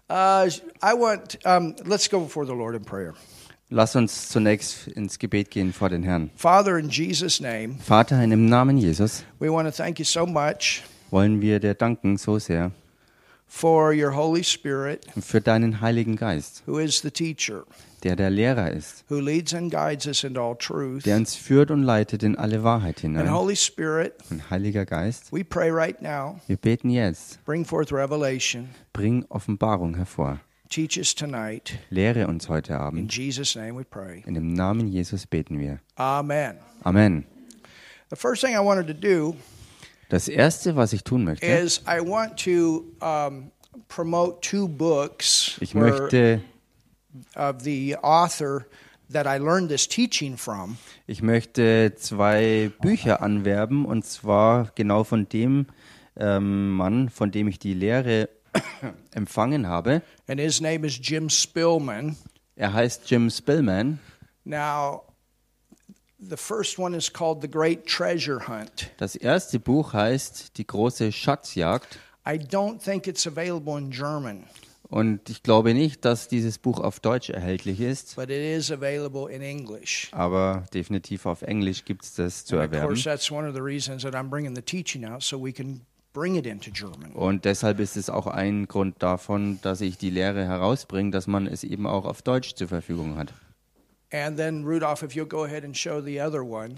Let's go before the Lord in prayer. Lass uns zunächst ins Gebet gehen vor den Herrn. Father, in Jesus' name, Vater, in dem Namen Jesus we want to thank you so much wollen wir dir danken so sehr for your Holy Spirit, für deinen Heiligen Geist, who is the teacher, der Lehrer ist, who leads and guides us into all truth. der uns führt und leitet in alle Wahrheit And hinein. Holy Spirit, Und Heiliger Geist, we pray right now, wir beten jetzt, bring forth revelation, bring Offenbarung hervor. teach us tonight. Lehre uns heute In Abend. Jesus' name we pray. In dem Namen Jesus beten wir. Amen. Amen. The first thing I wanted to do Das Erste, was ich tun möchte, is I want to promote two books ich möchte of the author that I learned this teaching from. Ich möchte zwei Bücher anwerben, und zwar genau von dem Mann, von dem ich die Lehre empfangen habe. And his name is Jim Spillman. Er heißt Jim Spillman. Now, the first one is called The Great Treasure Hunt. Das erste Buch heißt Die große Schatzjagd. I don't think it's available in German, Und ich glaube nicht, dass dieses Buch auf Deutsch erhältlich ist, but it is available in English. aber definitiv auf Englisch gibt es das zu And of erwerben. course, that's one of the reasons that I'm bringing the teaching out, so we can bring it into German. Und deshalb ist es auch ein Grund davon, dass ich die Lehre herausbringe, dass man es eben auch auf Deutsch zur Verfügung hat. And then, Rudolph, if you'll go ahead and show the other one.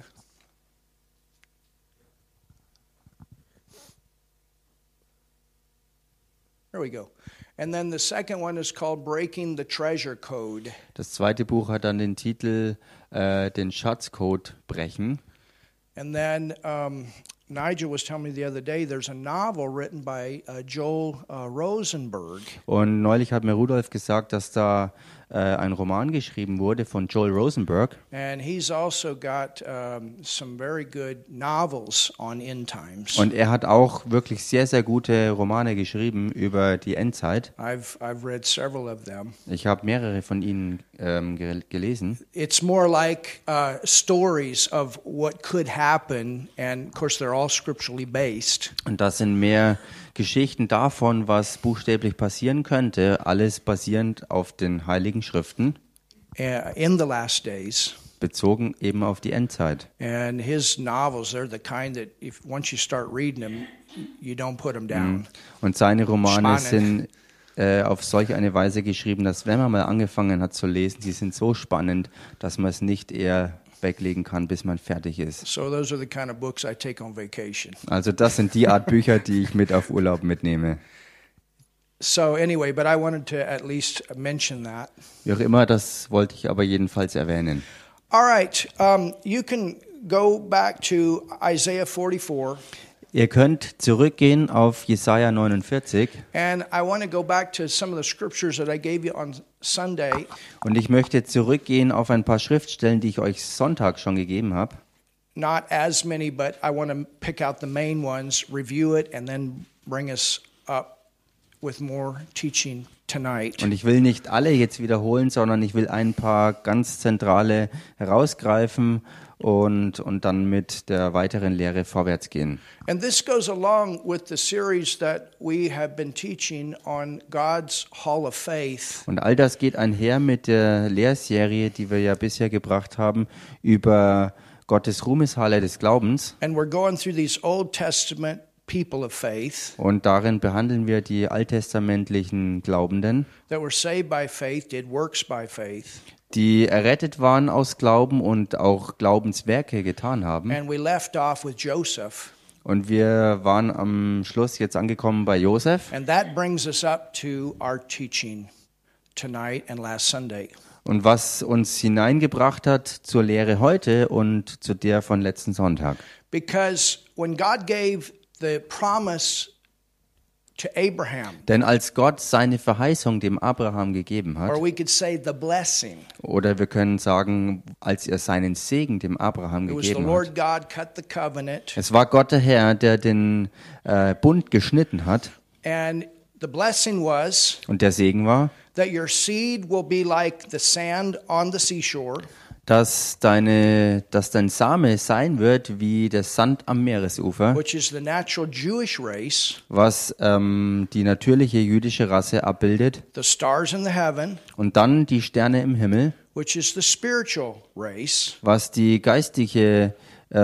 There we go. And then the second one is called Breaking the Treasure Code. Das zweite Buch hat dann den Titel Den Schatzcode brechen. And then Nigel was telling me the other day there's a novel written by Joel Rosenberg. Und neulich hat mir Rudolf gesagt, dass da ein Roman geschrieben wurde von Joel Rosenberg. And he's also got some very good novels on end times. Und er hat auch wirklich sehr, sehr gute Romane geschrieben über die Endzeit. I've read several of them. Ich habe mehrere von ihnen gelesen. It's more like stories of what could happen, and of course they're all scripturally based. Und das sind mehr Geschichten davon, was buchstäblich passieren könnte, alles basierend auf den Heiligen Schriften, In the last days. bezogen eben auf die Endzeit. And his novels, they're the kind that if once you start reading them, you don't put them down. Und seine Romane Spannend. sind auf solch eine Weise geschrieben, dass wenn man mal angefangen hat zu lesen, sie sind so spannend, dass man es nicht eher weglegen kann, bis man fertig ist. So those are the kind of books I take on vacation. Also das sind die Art Bücher, die ich mit auf Urlaub mitnehme. So anyway, but I wanted to at least mention that. Wie auch immer, das wollte ich aber jedenfalls erwähnen. All right, you can go back to Isaiah 44. Ihr könnt zurückgehen auf Jesaja 49 And I want to go back to some of the scriptures that I gave you on Sunday. und ich möchte zurückgehen auf ein paar Schriftstellen, die ich euch Sonntag schon gegeben habe. Not as many, but I want to pick out the main ones, review it, and then bring us up with more teaching tonight. Und ich will nicht alle jetzt wiederholen, sondern ich will ein paar ganz zentrale herausgreifen und dann mit der weiteren Lehre vorwärts gehen. And this goes along with the series that we have been teaching on God's Hall of Faith. Und all das geht einher mit der Lehrserie, die wir ja bisher gebracht haben, über Gottes Ruhmeshalle des Glaubens. And we're going through these Old Testament people of faith Und darin behandeln wir die alttestamentlichen Glaubenden, that were saved by faith, did works by faith. die errettet waren aus Glauben und auch Glaubenswerke getan haben. And we left off with Joseph. Und wir waren am Schluss jetzt angekommen bei Josef. And that brings us up to our teaching tonight and last Sunday. Und was uns hineingebracht hat zur Lehre heute und zu der von letzten Sonntag. Because when God gave the promise to Abraham, Denn als Gott seine Verheißung dem Abraham gegeben hat, or we could say the blessing, oder wir können sagen, als er seinen Segen dem Abraham it was the gegeben hat, Lord God cut the covenant, es war Gott der Herr, der den Bund geschnitten hat, and the blessing was und der Segen war, that your seed will be like the sand on the seashore, dass dein Same sein wird wie der Sand am Meeresufer, which is the natural Jewish race, was die natürliche jüdische Rasse abbildet, the stars in the heaven, und dann die Sterne im Himmel, which is the spiritual race, was die geistigen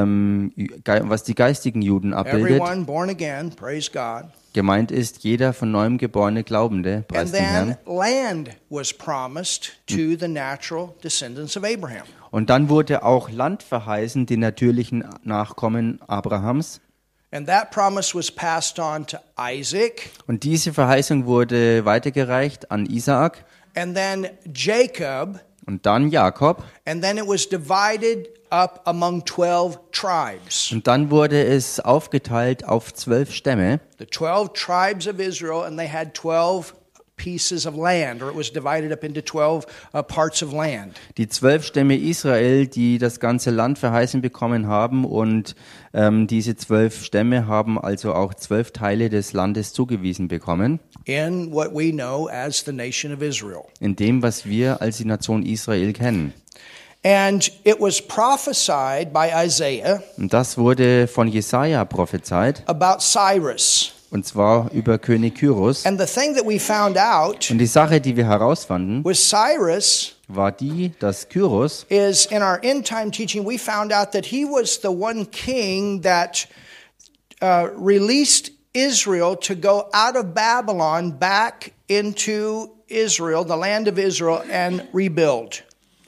Juden abbildet. everyone born again, praise God. Gemeint ist jeder von neuem geborene Glaubende, And preist den Herrn. then land was promised to the natural descendants of Abraham. Und dann wurde auch Land verheißen den natürlichen Nachkommen Abrahams. And that promise was passed on to Isaac, Und diese Verheißung wurde weitergereicht an Isaak and then Jacob, und dann Jakob. and then it was divided up among 12 tribes. Und dann wurde es aufgeteilt auf 12 Stämme. The 12 tribes of Israel, and they had 12 pieces of land, or it was divided up into 12 parts of land. Die 12 Stämme Israel, die das ganze Land verheißen bekommen haben. Und diese 12 Stämme haben also auch 12 Teile des Landes zugewiesen bekommen. In what we know as the nation of Israel. In dem, was wir als die Nation Israel kennen. And it was prophesied by Isaiah Und das wurde von Jesaja prophezeit. about Cyrus. Und zwar über König Kyros. And the thing that we found out Und die Sache, die wir herausfanden, with Cyrus war die, dass Kyros, is in our end time teaching, we found out that he was the one king that released Israel to go out of Babylon back into Israel, the land of Israel, and rebuild.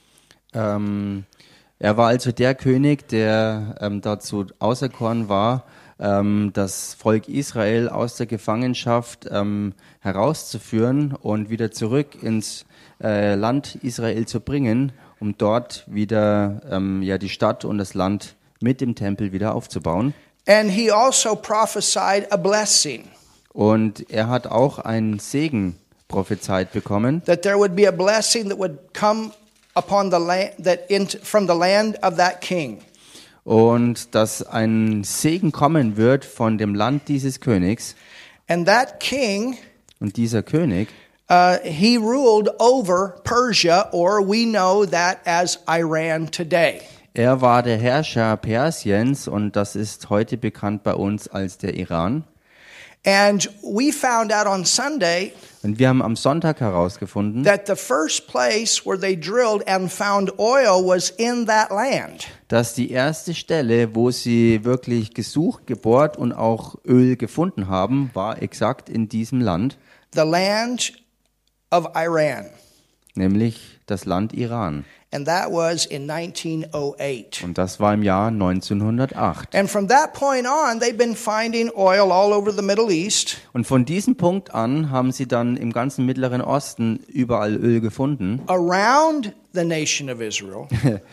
er war also der König, der dazu auserkoren war, das Volk Israel aus der Gefangenschaft herauszuführen und wieder zurück ins Land Israel zu bringen, um dort wieder die Stadt und das Land mit dem Tempel wieder aufzubauen. And he also prophesied a blessing, Und er hat auch einen Segen prophezeit bekommen, that there would be a blessing that would come upon the land from the land of that king. und dass ein Segen kommen wird von dem Land dieses Königs. And that king, Und dieser König, he ruled over Persia, or we know that as Iran today. er war der Herrscher Persiens und das ist heute bekannt bei uns als der Iran. And we found out on Sunday Und wir haben am Sonntag herausgefunden, that the first place where they drilled and found oil was in that land. dass die erste Stelle, wo sie wirklich gesucht, gebohrt und auch Öl gefunden haben, war exakt in diesem Land, The land of Iran. nämlich das Land Iran. And that was in 1908. Und das war im Jahr 1908. And from that point on, they've been finding oil all over the Middle East. Und von diesem Punkt an haben sie dann im ganzen Mittleren Osten überall Öl gefunden, Around the nation of Israel,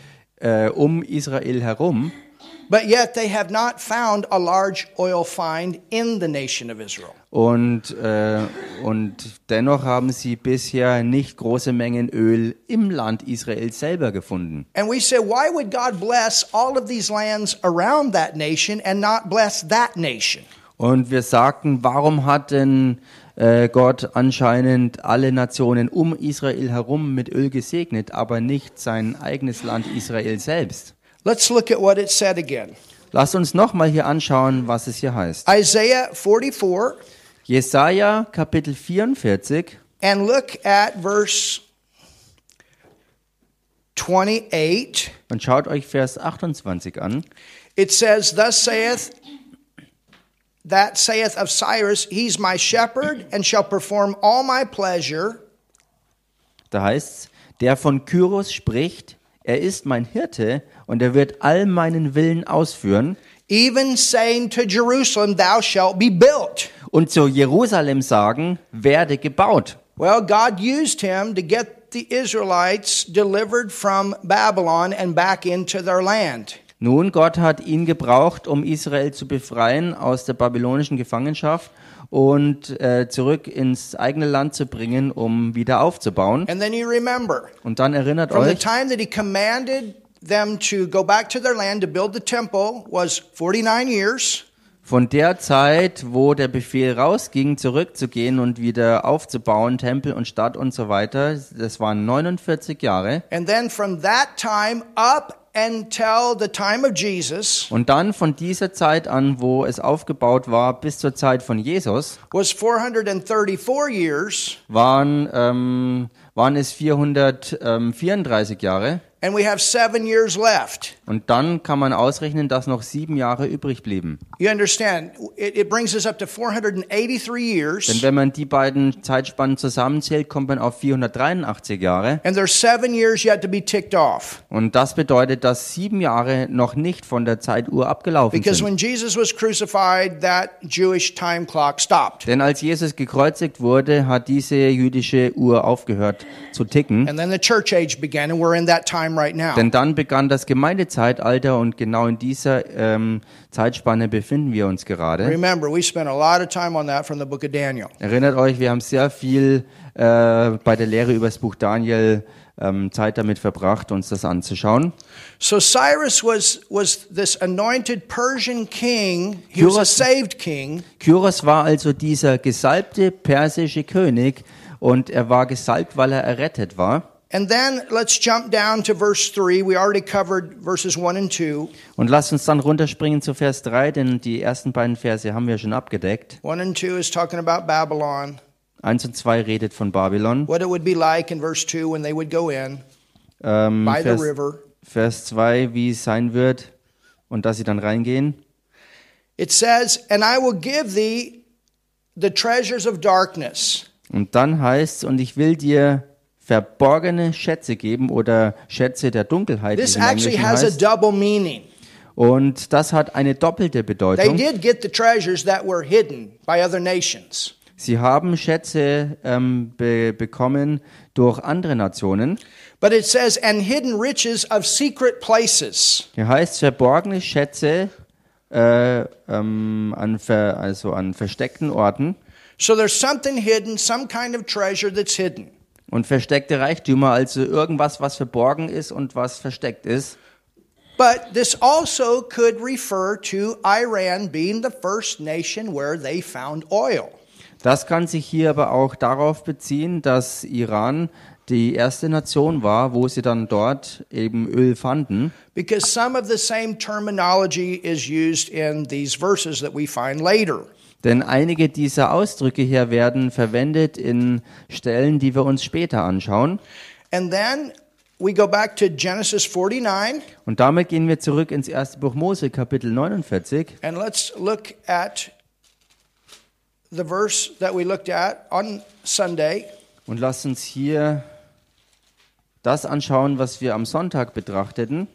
um Israel herum. but yet they have not found a large oil find in the nation of Israel. Und dennoch haben sie bisher nicht große Mengen Öl im Land Israel selber gefunden. And we say, why would God bless all of these lands around that nation and not bless that nation? Und wir sagten, warum hat denn Gott anscheinend alle Nationen um Israel herum mit Öl gesegnet, aber nicht sein eigenes Land Israel selbst? Let's look at what it said again. Lasst uns nochmal hier anschauen, was es hier heißt. Isaiah 44, Jesaja Kapitel 44 and look at verse 28. und schaut euch Vers 28 an. It says, Thus saith, that saith of Cyrus, He's my shepherd, and shall perform all my pleasure. Da heißt's, der von Kyros spricht, er ist mein Hirte und er wird all meinen Willen ausführen. Even saying to Jerusalem, Thou shalt be built. Und zu Jerusalem sagen, werde gebaut. Well, God used him to get the Israelites delivered from Babylon and back into their land. Nun, Gott hat ihn gebraucht, um Israel zu befreien aus der babylonischen Gefangenschaft und zurück ins eigene Land zu bringen, um wieder aufzubauen. And then you remember, Und dann erinnert from the euch, time that he commanded them to go back to their land to build the temple was 49 years. Von der Zeit, wo der Befehl rausging, zurückzugehen und wieder aufzubauen, Tempel und Stadt und so weiter, das waren 49 Jahre. And then from that time up until the time of Jesus Und dann von dieser Zeit an, wo es aufgebaut war, bis zur Zeit von Jesus, was 434 years. waren es 434 Jahre. And we have 7 years left. Und dann kann man ausrechnen, dass noch 7 Jahre übrig blieben. You understand? It brings us up to 483 years. Denn wenn man die beiden Zeitspannen zusammenzählt, kommt man auf 483 Jahre. And there's 7 years yet to be ticked off. Und das bedeutet, dass 7 Jahre noch nicht von der Zeituhr abgelaufen Because sind. when Jesus was crucified, that Jewish time clock stopped. Denn als Jesus gekreuzigt wurde, hat diese jüdische Uhr aufgehört zu ticken. And then the church age began, and we're in that time right now. Denn dann begann das Gemeindezeitalter und genau in dieser Zeitspanne befinden wir uns gerade. Remember, we spent a lot of time on that from the book of Daniel. Erinnert euch, wir haben sehr viel bei der Lehre über das Buch Daniel Zeit damit verbracht, uns das anzuschauen. So Cyrus was this anointed Persian king. He was a saved king. Kyros war also dieser gesalbte persische König und er war gesalbt, weil er errettet war. And then let's jump down to verse 3. We already covered verses 1 and 2. Und lasst uns dann runterspringen zu Vers 3, denn die ersten beiden Verse haben wir schon abgedeckt. 1 and 2 is talking about Babylon. 1 und 2 redet von Babylon. What it would be like in verse 2 when they would go in by the river. Vers 2, wie es sein wird und dass sie dann reingehen. It says, "And I will give thee the treasures of darkness." Und dann heißt es, und ich will dir verborgene Schätze geben oder Schätze der Dunkelheit. This wie es im actually Englischen has a heißt. double meaning. Und das hat eine doppelte They Bedeutung. did get the treasures that were hidden by other nations. Sie haben Schätze bekommen durch andere Nationen. But it says, "And hidden riches of secret places." Hier heißt verborgene Schätze an versteckten Orten. So there's something hidden, some kind of treasure that's hidden. Und versteckte Reichtümer, also irgendwas, was verborgen ist und was versteckt ist. But this also could refer to Iran being the first nation where they found oil. Das kann sich hier aber auch darauf beziehen, dass Iran die erste Nation war, wo sie dann dort eben Öl fanden. Because some of the same terminology is used in these verses that we find later. Denn einige dieser Ausdrücke hier werden verwendet in Stellen, die wir uns später anschauen. And then we go back to Genesis 49. Und damit gehen wir zurück ins erste Buch Mose, Kapitel 49. And let's look at the verse that we looked at on Sunday. Und lasst uns hier das anschauen, was wir am Sonntag betrachteten.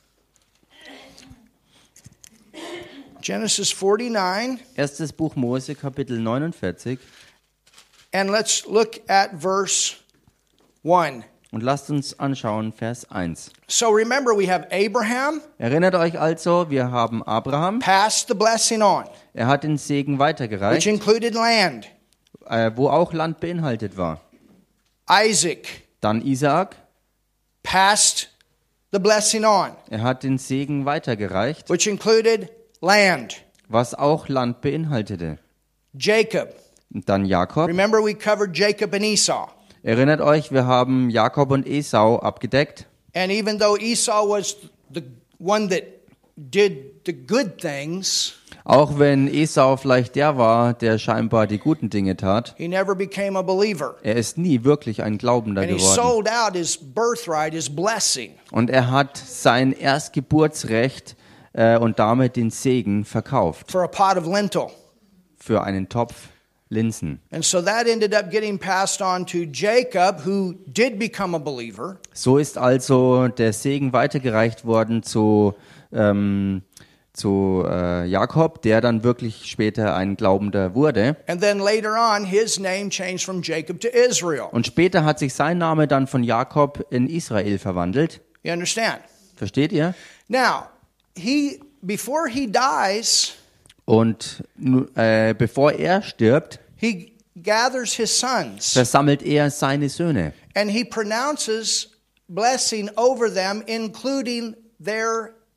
Genesis 49. Erstes Buch Mose, Kapitel 49. And let's look at verse 1. Und lasst uns anschauen, Vers 1. So remember, we have Abraham Erinnert euch also, wir haben Abraham. passed the blessing on, Er hat den Segen which weitergereicht, included land. wo auch Land beinhaltet war. Isaac Dann Isaak. passed the blessing on, Er hat den Segen weitergereicht, which included land. was auch Land beinhaltete. Jacob. Und dann Jakob. Remember, we covered Jacob and Esau. Erinnert euch, wir haben Jakob und Esau abgedeckt. And even though Esau was the one that did the good things, Auch wenn Esau vielleicht der war, der scheinbar die guten Dinge tat, he never became a believer. er ist nie wirklich ein Glaubender And he geworden. sold out his birthright, his blessing, Und er hat sein Erstgeburtsrecht und damit den Segen verkauft for a pot of lentil. für einen Topf Linsen. And so that ended up getting passed on to Jacob, who did become a believer. So ist also der Segen weitergereicht worden zu Jakob, der dann wirklich später ein Glaubender wurde. And then later on, his name changed from Jacob to Israel. Und später hat sich sein Name dann von Jakob in Israel verwandelt. You understand? Versteht ihr? Now, before he dies, Und bevor er stirbt, he gathers his sons versammelt er seine Söhne. and he pronounces blessing over them, including their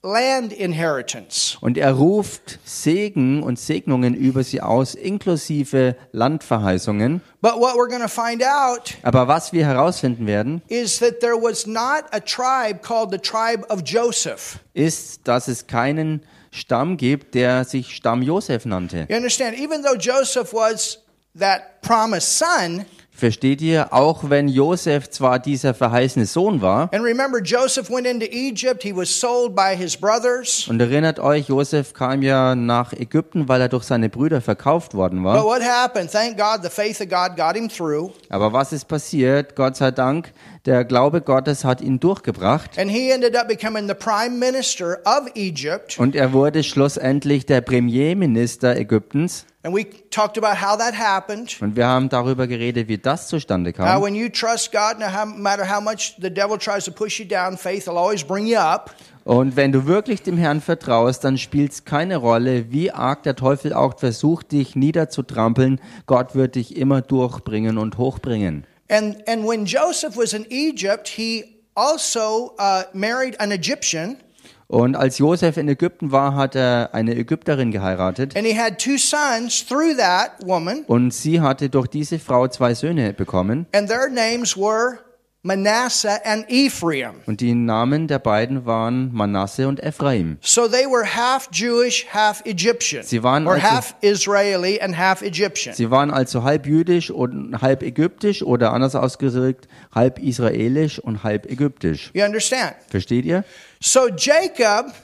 land inheritance. Und er ruft Segen und Segnungen über sie aus, inklusive Landverheißungen. But what we're going to find out Aber was wir herausfinden werden, is that there was not a tribe called the tribe of Joseph. ist, dass es keinen Stamm gibt, der sich Stamm Josef nannte. You understand? Even though Joseph was that promised son, Versteht ihr, auch wenn Josef zwar dieser verheißene Sohn war, and remember, Joseph went into Egypt. He was sold by his brothers. und erinnert euch, Josef kam ja nach Ägypten, weil er durch seine Brüder verkauft worden But war. what happened? Thank God, the faith of God got him through. Aber was ist passiert? Gott sei Dank, der Glaube Gottes hat ihn durchgebracht. And he ended up becoming the prime minister of Egypt. Und er wurde schlussendlich der Premierminister Ägyptens. And we talked about how that happened. Und wir haben darüber geredet, wie das zustande How kam. when you trust God, no matter how much the devil tries to push you down, faith will always bring you up. Und wenn du wirklich dem Herrn vertraust, dann spielt es keine Rolle, wie arg der Teufel auch versucht, dich niederzutrampeln. Gott wird dich immer durchbringen und hochbringen. And when Joseph was in Egypt, he also married an Egyptian. Und als Josef in Ägypten war, hat er eine Ägypterin geheiratet. And he had two sons through that woman. Und sie hatte durch diese Frau 2 Söhne bekommen. And their names were Manasseh and Ephraim. Und die Namen der beiden waren Manasse und Ephraim. So they were half Jewish, half Egyptian. Sie waren Or also- half Israeli and half Egyptian. Sie waren also halb jüdisch und halb ägyptisch oder anders ausgedrückt, halb israelisch und halb ägyptisch. You understand? Versteht ihr? So Jacob,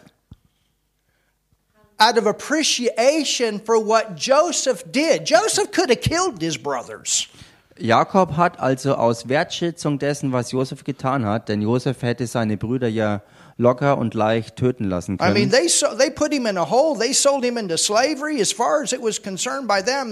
out of appreciation for what Joseph did, Joseph could have killed his brothers. Jakob hat also aus Wertschätzung dessen, was Josef getan hat, denn Josef hätte seine Brüder ja locker und leicht töten lassen I mean, können. they put him in a hole. They sold him into slavery. As far as it was concerned by them,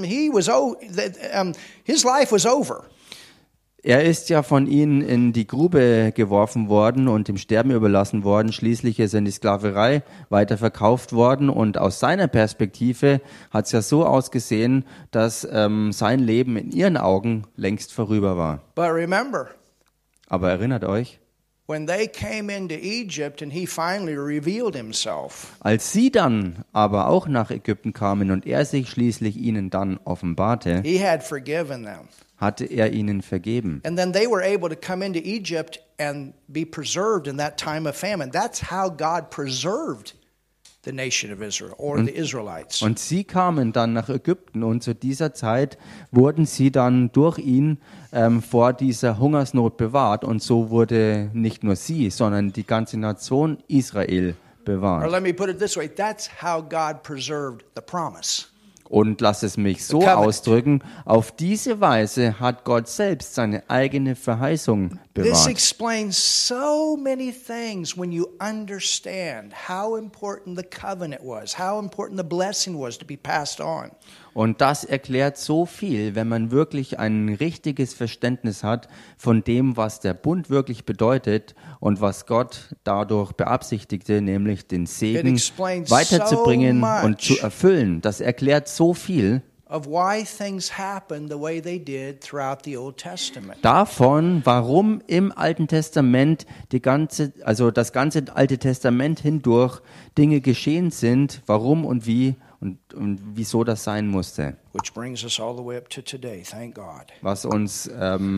his life was over. Er ist ja von ihnen in die Grube geworfen worden und dem Sterben überlassen worden. Schließlich ist er in die Sklaverei weiterverkauft worden. Und aus seiner Perspektive hat es ja so ausgesehen, dass sein Leben in ihren Augen längst vorüber war. But remember, Aber erinnert euch, when they came into Egypt and he finally revealed himself, als sie dann aber auch nach Ägypten kamen und er sich schließlich ihnen dann offenbarte, he had forgiven them. hatte er ihnen vergeben. And then they were able to come into Egypt and be preserved in that time of famine. That's how God preserved the nation of Israel or the Israelites. Und sie kamen dann nach Ägypten und zu dieser Zeit wurden sie dann durch ihn vor dieser Hungersnot bewahrt. Und so wurde nicht nur sie, sondern die ganze Nation Israel Or bewahrt. let me put it this way, that's how God preserved the promise. Und lass es mich so Covenant. ausdrücken, auf diese Weise hat Gott selbst seine eigene Verheißung This bewahrt. explains so many things when you understand how important the covenant was, how important the blessing was to be passed on. Und das erklärt so viel, wenn man wirklich ein richtiges Verständnis hat von dem, was der Bund wirklich bedeutet und was Gott dadurch beabsichtigte, nämlich den Segen explains weiterzubringen so much. und zu erfüllen. Das erklärt so viel Of why things happened the way they did throughout the Old Testament. davon, warum im Alten Testament das ganze Alte Testament hindurch Dinge geschehen sind, warum und wie und wieso das sein musste. Which brings us all the way up to today, thank God. Was uns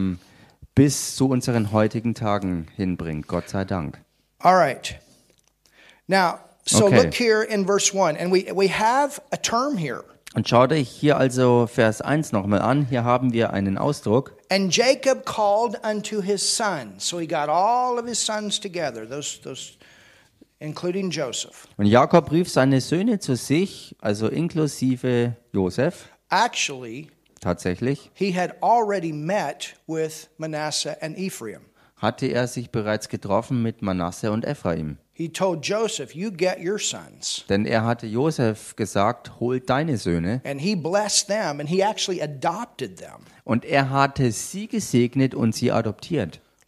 bis zu unseren heutigen Tagen hinbringt, Gott sei Dank. All right. Now, so Okay. look here in verse 1, and we have a term here. Und schaut euch hier also Vers 1 nochmal an. Hier haben wir einen Ausdruck. And Jacob called unto his sons. So he got all of his sons together, those including Joseph. Und Jakob rief seine Söhne zu sich, also inklusive Josef, Actually, tatsächlich, he had already met with Manasseh and Ephraim. hatte er sich bereits getroffen mit Manasse und Ephraim. He told Joseph, you get your sons. Denn er hatte Josef gesagt, holt deine Söhne. And he blessed them, and he actually adopted them. Und er hatte sie gesegnet und sie adoptiert.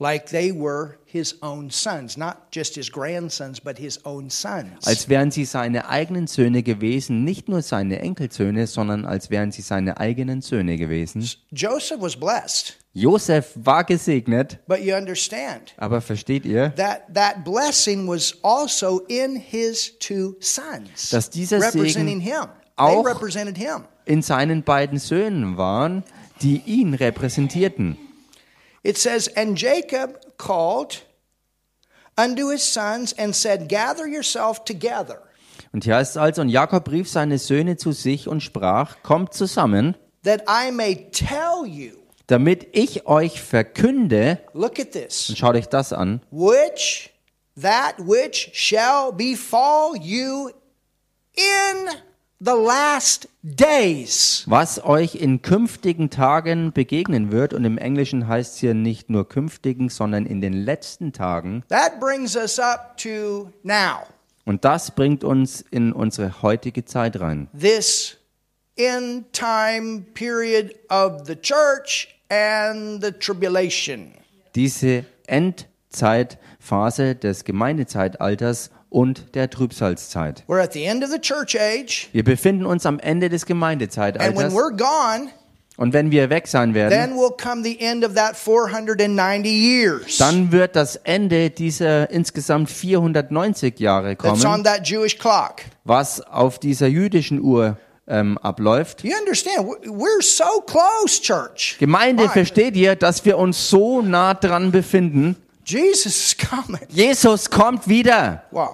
like they were his own sons, not just his grandsons, but his own sons. Als wären sie seine eigenen Söhne gewesen, nicht nur seine Enkelsöhne, sondern als wären sie seine eigenen Söhne gewesen. Joseph was blessed, Josef war gesegnet, but you understand aber versteht ihr, that blessing was also in his two sons, dass dieser representing Segen him. auch They represented him. in seinen beiden Söhnen waren, die ihn repräsentierten. It says, and Jacob called unto his sons and said, gather yourself together. Und hier heißt es also, und Jakob rief seine Söhne zu sich und sprach, kommt zusammen, That I may tell you, damit ich euch verkünde, look at this, und schaut euch das an, that which shall befall you in the last days. was euch in künftigen Tagen begegnen wird. Und im Englischen heißt es hier nicht nur künftigen, sondern in den letzten Tagen. That brings us up to now, Und das bringt uns in unsere heutige Zeit rein. this end time period of the church and the tribulation. Diese Endzeitphase des Gemeindezeitalters und der Trübsalzeit. We're at the end of the church age, Wir befinden uns am Ende des and when Gemeindezeitalters. we're gone, Und wenn wir weg sein werden, then will come the end of that 490 years. dann wird das Ende dieser insgesamt 490 Jahre That's on kommen, that Jewish clock. was auf dieser jüdischen Uhr abläuft. You understand? We're so close, church. Gemeinde, Why? versteht ihr, dass wir uns so nah dran befinden? Jesus is coming. Jesus kommt wieder. Wow.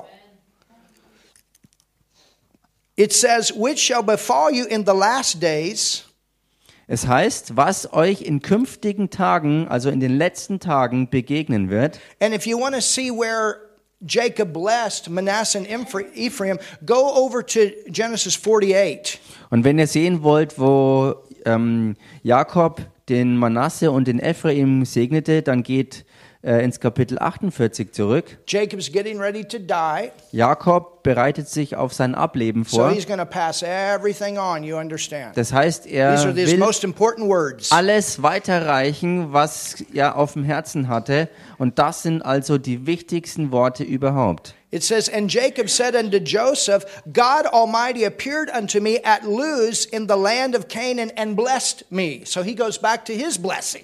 It says, which shall befall you in the last days, Es heißt, was euch in künftigen Tagen, also in den letzten Tagen begegnen wird. and if you want to see where Jacob blessed Manasseh and Ephraim, go over to Genesis 48. Und wenn ihr sehen wollt, wo Jakob den Manasse und den Ephraim segnete, dann geht ins Kapitel 48 zurück. Jacob's getting ready to die, Jakob bereitet sich auf sein Ableben so vor. he's going to pass everything on, you understand? Das heißt, These are er his will most important words. alles weiterreichen, was er auf dem Herzen hatte. Und das sind also die wichtigsten Worte überhaupt. It says, and Jacob said unto Joseph, God Almighty appeared unto me at Luz in the land of Canaan and blessed me. So he goes back to his blessing.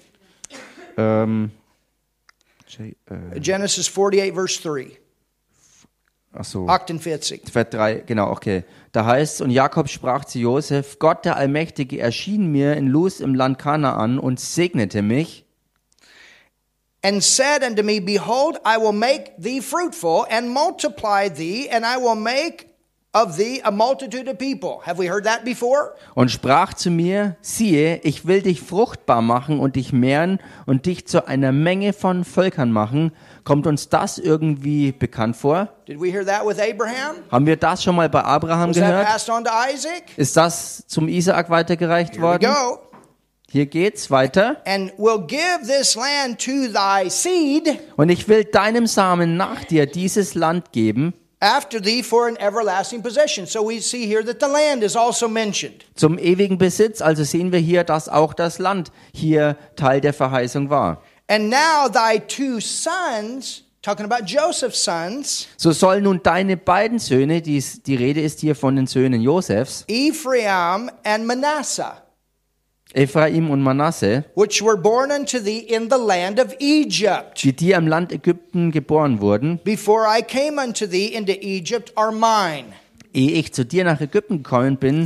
Genesis 48, verse 3. Ach so. 48. Vers 3, genau, okay. Da heißt es, und Jakob sprach zu Josef, Gott der Allmächtige erschien mir in Luz im Land Kanaan und segnete mich. And said unto me, behold, I will make thee fruitful and multiply thee, and I will make of thee a multitude of people. Have we heard that before? Und sprach zu mir, siehe, ich will dich fruchtbar machen und dich mehren und dich zu einer Menge von Völkern machen. Kommt uns das irgendwie bekannt vor? Did we hear that with Abraham? Haben wir das schon mal bei Abraham Was that gehört? passed on to Isaac? Ist das zum Isaak weitergereicht Here we worden? go. Hier geht's weiter. And will give this land to thy seed Und ich will deinem Samen nach dir dieses Land geben, after thee for an everlasting possession. So we see here that the land is also mentioned. zum ewigen Besitz. Also sehen wir hier, dass auch das Land hier Teil der Verheißung war. And now thy two sons, talking about Joseph's sons, So sollen nun deine beiden Söhne, die Rede ist hier von den Söhnen Josefs, Ephraim and Manasseh, Ephraim und Manasse, which were born unto thee in the land of Egypt, die dir im Land Ägypten geboren wurden, before I came unto thee into Egypt, are mine. ehe ich zu dir nach Ägypten gekommen bin,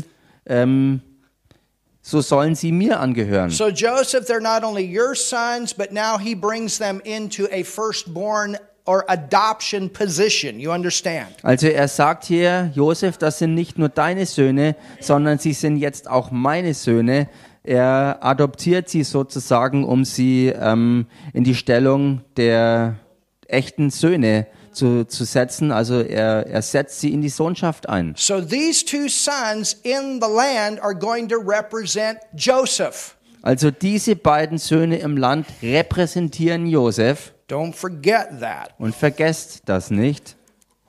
so sollen sie mir angehören. So Joseph, they're not only your sons, but now he brings them into a firstborn or adoption position. You understand? Also er sagt hier, Josef, das sind nicht nur deine Söhne, sondern sie sind jetzt auch meine Söhne. Er adoptiert sie sozusagen, um sie in die Stellung der echten Söhne zu setzen. Also er setzt sie in die Sohnschaft ein. So these two sons in the land are going to represent Joseph. Also diese beiden Söhne im Land repräsentieren Josef. Don't forget that. Und vergesst das nicht.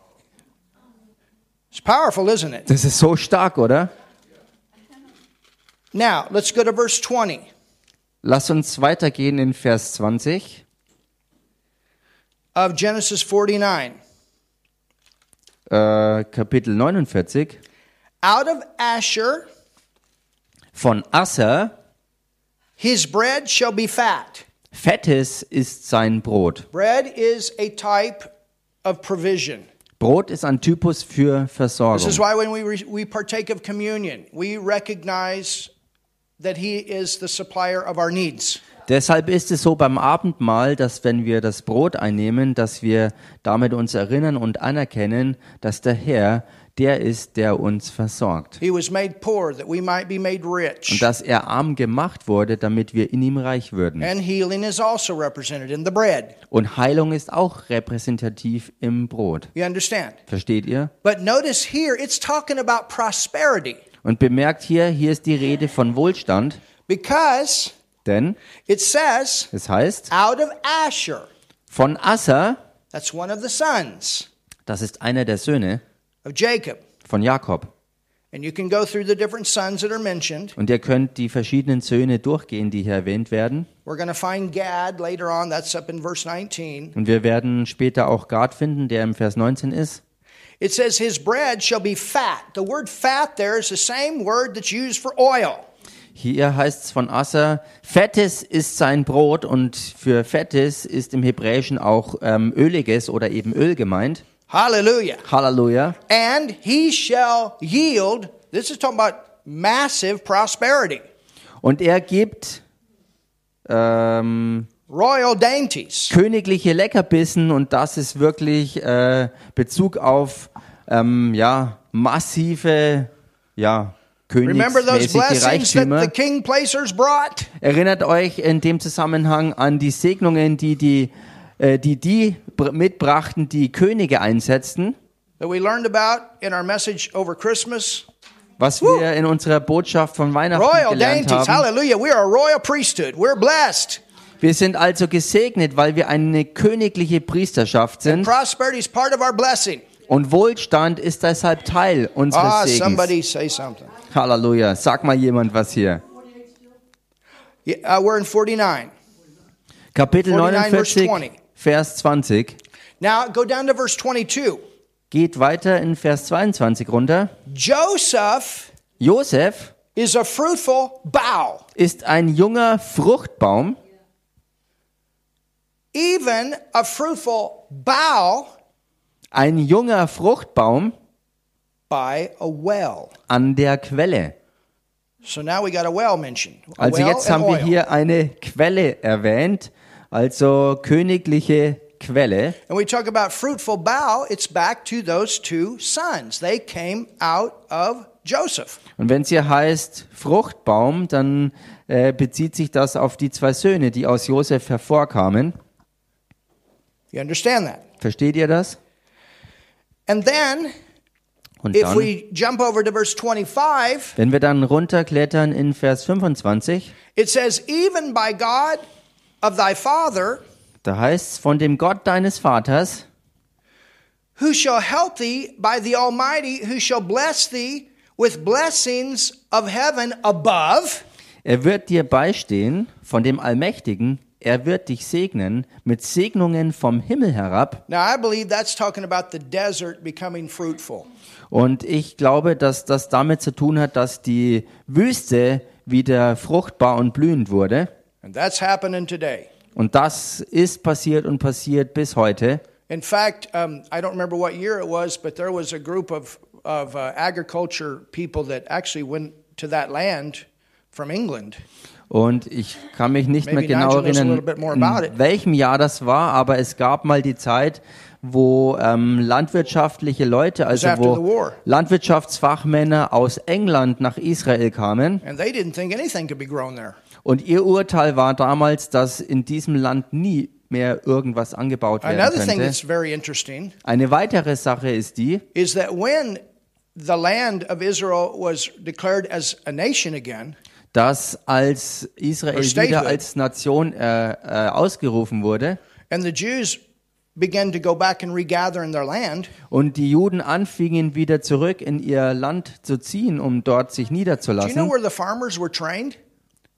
It's powerful, isn't it? Das ist so stark, oder? Now, let's go to verse 20. Lass uns weitergehen in Vers 20. of Genesis 49. Kapitel 49. Out of Asher Von Asser, his bread shall be fat. Fettes ist sein Brot. Bread is a type of provision. Brot ist ein Typus für This is Versorgung. why when we partake of communion, we recognize that he is the supplier of our needs. Deshalb ist es so beim Abendmahl, dass wenn wir das Brot einnehmen, dass wir damit uns erinnern und anerkennen, dass der Herr der ist, der uns versorgt. He was made poor that we might be made Und rich. dass er arm gemacht wurde, damit wir in ihm reich würden. And healing is also represented in the bread. Und Heilung ist auch repräsentativ im Brot. You understand? Versteht ihr? But notice here, it's talking about prosperity Und bemerkt hier ist die Rede von Wohlstand, because denn it says, es heißt, out of Asher, von Asser, that's one of the sons das ist einer der Söhne of Jacob. von Jakob. And you can go through the different sons that are mentioned. Und ihr könnt die verschiedenen Söhne durchgehen, die hier erwähnt werden. We're going to find Gad later on, that's up in verse 19. Und wir werden später auch Gad finden, der im Vers 19 ist. It says, his bread shall be fat. The word fat there is the same word that's used for oil. Hier heißt es von Asser, Fettes ist sein Brot, und für Fettes ist im Hebräischen auch Öliges oder eben Öl gemeint. Hallelujah. Halleluja. And he shall yield, this is talking about massive prosperity, Und er gibt royal dainties. königliche Leckerbissen, und das ist wirklich Bezug auf massive, Remember those königsmäßige blessings that the Reichtümer. king placers brought? Erinnert euch in dem Zusammenhang an die Segnungen, die mitbrachten, die Könige einsetzten, That we learned about in our message over Christmas. was wir in unserer Botschaft von Weihnachten Royal gelernt dainties. haben. Hallelujah. We are a royal priesthood. We're blessed. Wir sind also gesegnet, weil wir eine königliche Priesterschaft sind, Prosperity is part of our blessing. und Wohlstand ist deshalb Teil unseres Segens. Somebody say something. Halleluja. Sag mal jemand was hier. Yeah, we're in 49. Kapitel 49, verse 49, 20. Vers 20. Now go down to verse 22. Geht weiter in Vers 22 runter. Joseph Josef is a fruitful bough, ist ein junger Fruchtbaum, even a fruitful bough ein junger Fruchtbaum by a well. an der Quelle. So now we got a well mentioned. A Also well jetzt and haben wir oil. hier eine Quelle erwähnt, also königliche Quelle. And we talk about fruitful bough, it's back to those two sons. They came out of Joseph. Und wenn es hier heißt Fruchtbaum, dann bezieht sich das auf die zwei Söhne, die aus Josef hervorkamen. You understand that? Versteht ihr das? And then, Und if dann, we jump over to verse 25, wenn wir dann runterklettern in Vers 25, it says, even by God of thy father, da heißt es, von dem Gott deines Vaters, who shall help thee by the Almighty, who shall bless thee with blessings of heaven above. er wird dir beistehen, von dem Allmächtigen, er wird dich segnen mit Segnungen vom Himmel herab. Now, I believe that's talking about the desert becoming fruitful. Und ich glaube, dass das damit zu tun hat, dass die Wüste wieder fruchtbar und blühend wurde. And that's happening today. Und das ist passiert und passiert bis heute. In fact, I don't remember what year it was, but there was a group of agriculture people that actually went to that land from England. Und ich kann mich nicht mehr Maybe genau Nigel knows a erinnern, little bit more about it. in welchem Jahr das war, aber es gab mal die Zeit, wo landwirtschaftliche Leute, also after the wo war. Landwirtschaftsfachmänner aus England nach Israel kamen. And they didn't think anything could be grown there. Und ihr Urteil war damals, dass in diesem Land nie mehr irgendwas angebaut werden Another thing könnte. that's very interesting Eine weitere Sache ist die, is that when the land of Israel was declared as a nation again, dass als Israel Or statehood. wieder als Nation ausgerufen wurde and the Jews began to go back and regather in their land, und die Juden anfingen wieder zurück in ihr Land zu ziehen, um dort sich do you know niederzulassen. where the farmers were trained?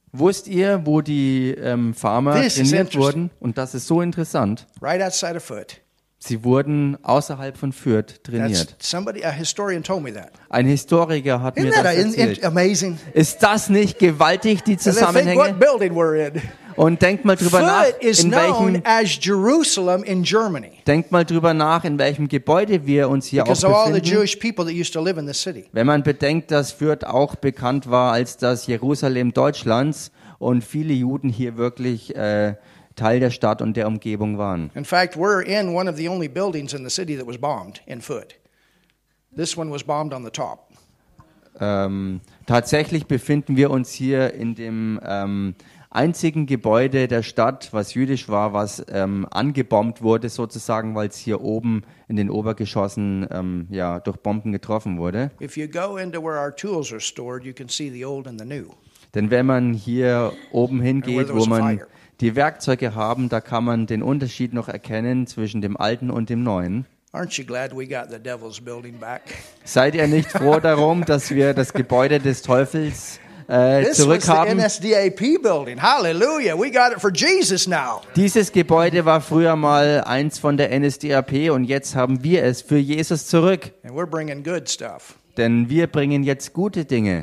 Wusst ihr, wo die Farmer This is trainiert interesting. wurden? Und das ist so interessant. Right outside of Foote. Sie wurden außerhalb von Fürth trainiert. A historian told me that. Ein Historiker hat mir Isn't that das erzählt. amazing? Ist das nicht gewaltig, die And then think Zusammenhänge? what building we're in. Und denkt mal drüber nach, Foote is in known welchem, as Jerusalem in Germany denkt mal drüber nach, in welchem Gebäude wir uns hier auch because of all the befinden. Jewish people that used to live in the city. Wenn man bedenkt, dass Fürth auch bekannt war als das Jerusalem Deutschlands und viele Juden hier wirklich Teil der Stadt und der Umgebung waren. In fact, we're in one of the only buildings in the city that was bombed in Foote. This one was bombed on the top. Tatsächlich befinden wir uns hier in dem einzigen Gebäude der Stadt, was jüdisch war, was angebombt wurde sozusagen, weil es hier oben in den Obergeschossen durch Bomben getroffen wurde. If you go into where our tools are stored, you can see the old and the new. Denn wenn man hier oben hingeht, there wo was a man fire. die Werkzeuge haben, da kann man den Unterschied noch erkennen zwischen dem Alten und dem Neuen. Aren't you glad we got the devil's building back? Seid ihr nicht froh darum, dass wir das Gebäude des Teufels This was the zurückhaben? NSDAP building. Hallelujah. We got it for Jesus now. Dieses Gebäude war früher mal eins von der NSDAP und jetzt haben wir es für Jesus zurück. And we're bringing good stuff. Denn wir bringen jetzt gute Dinge.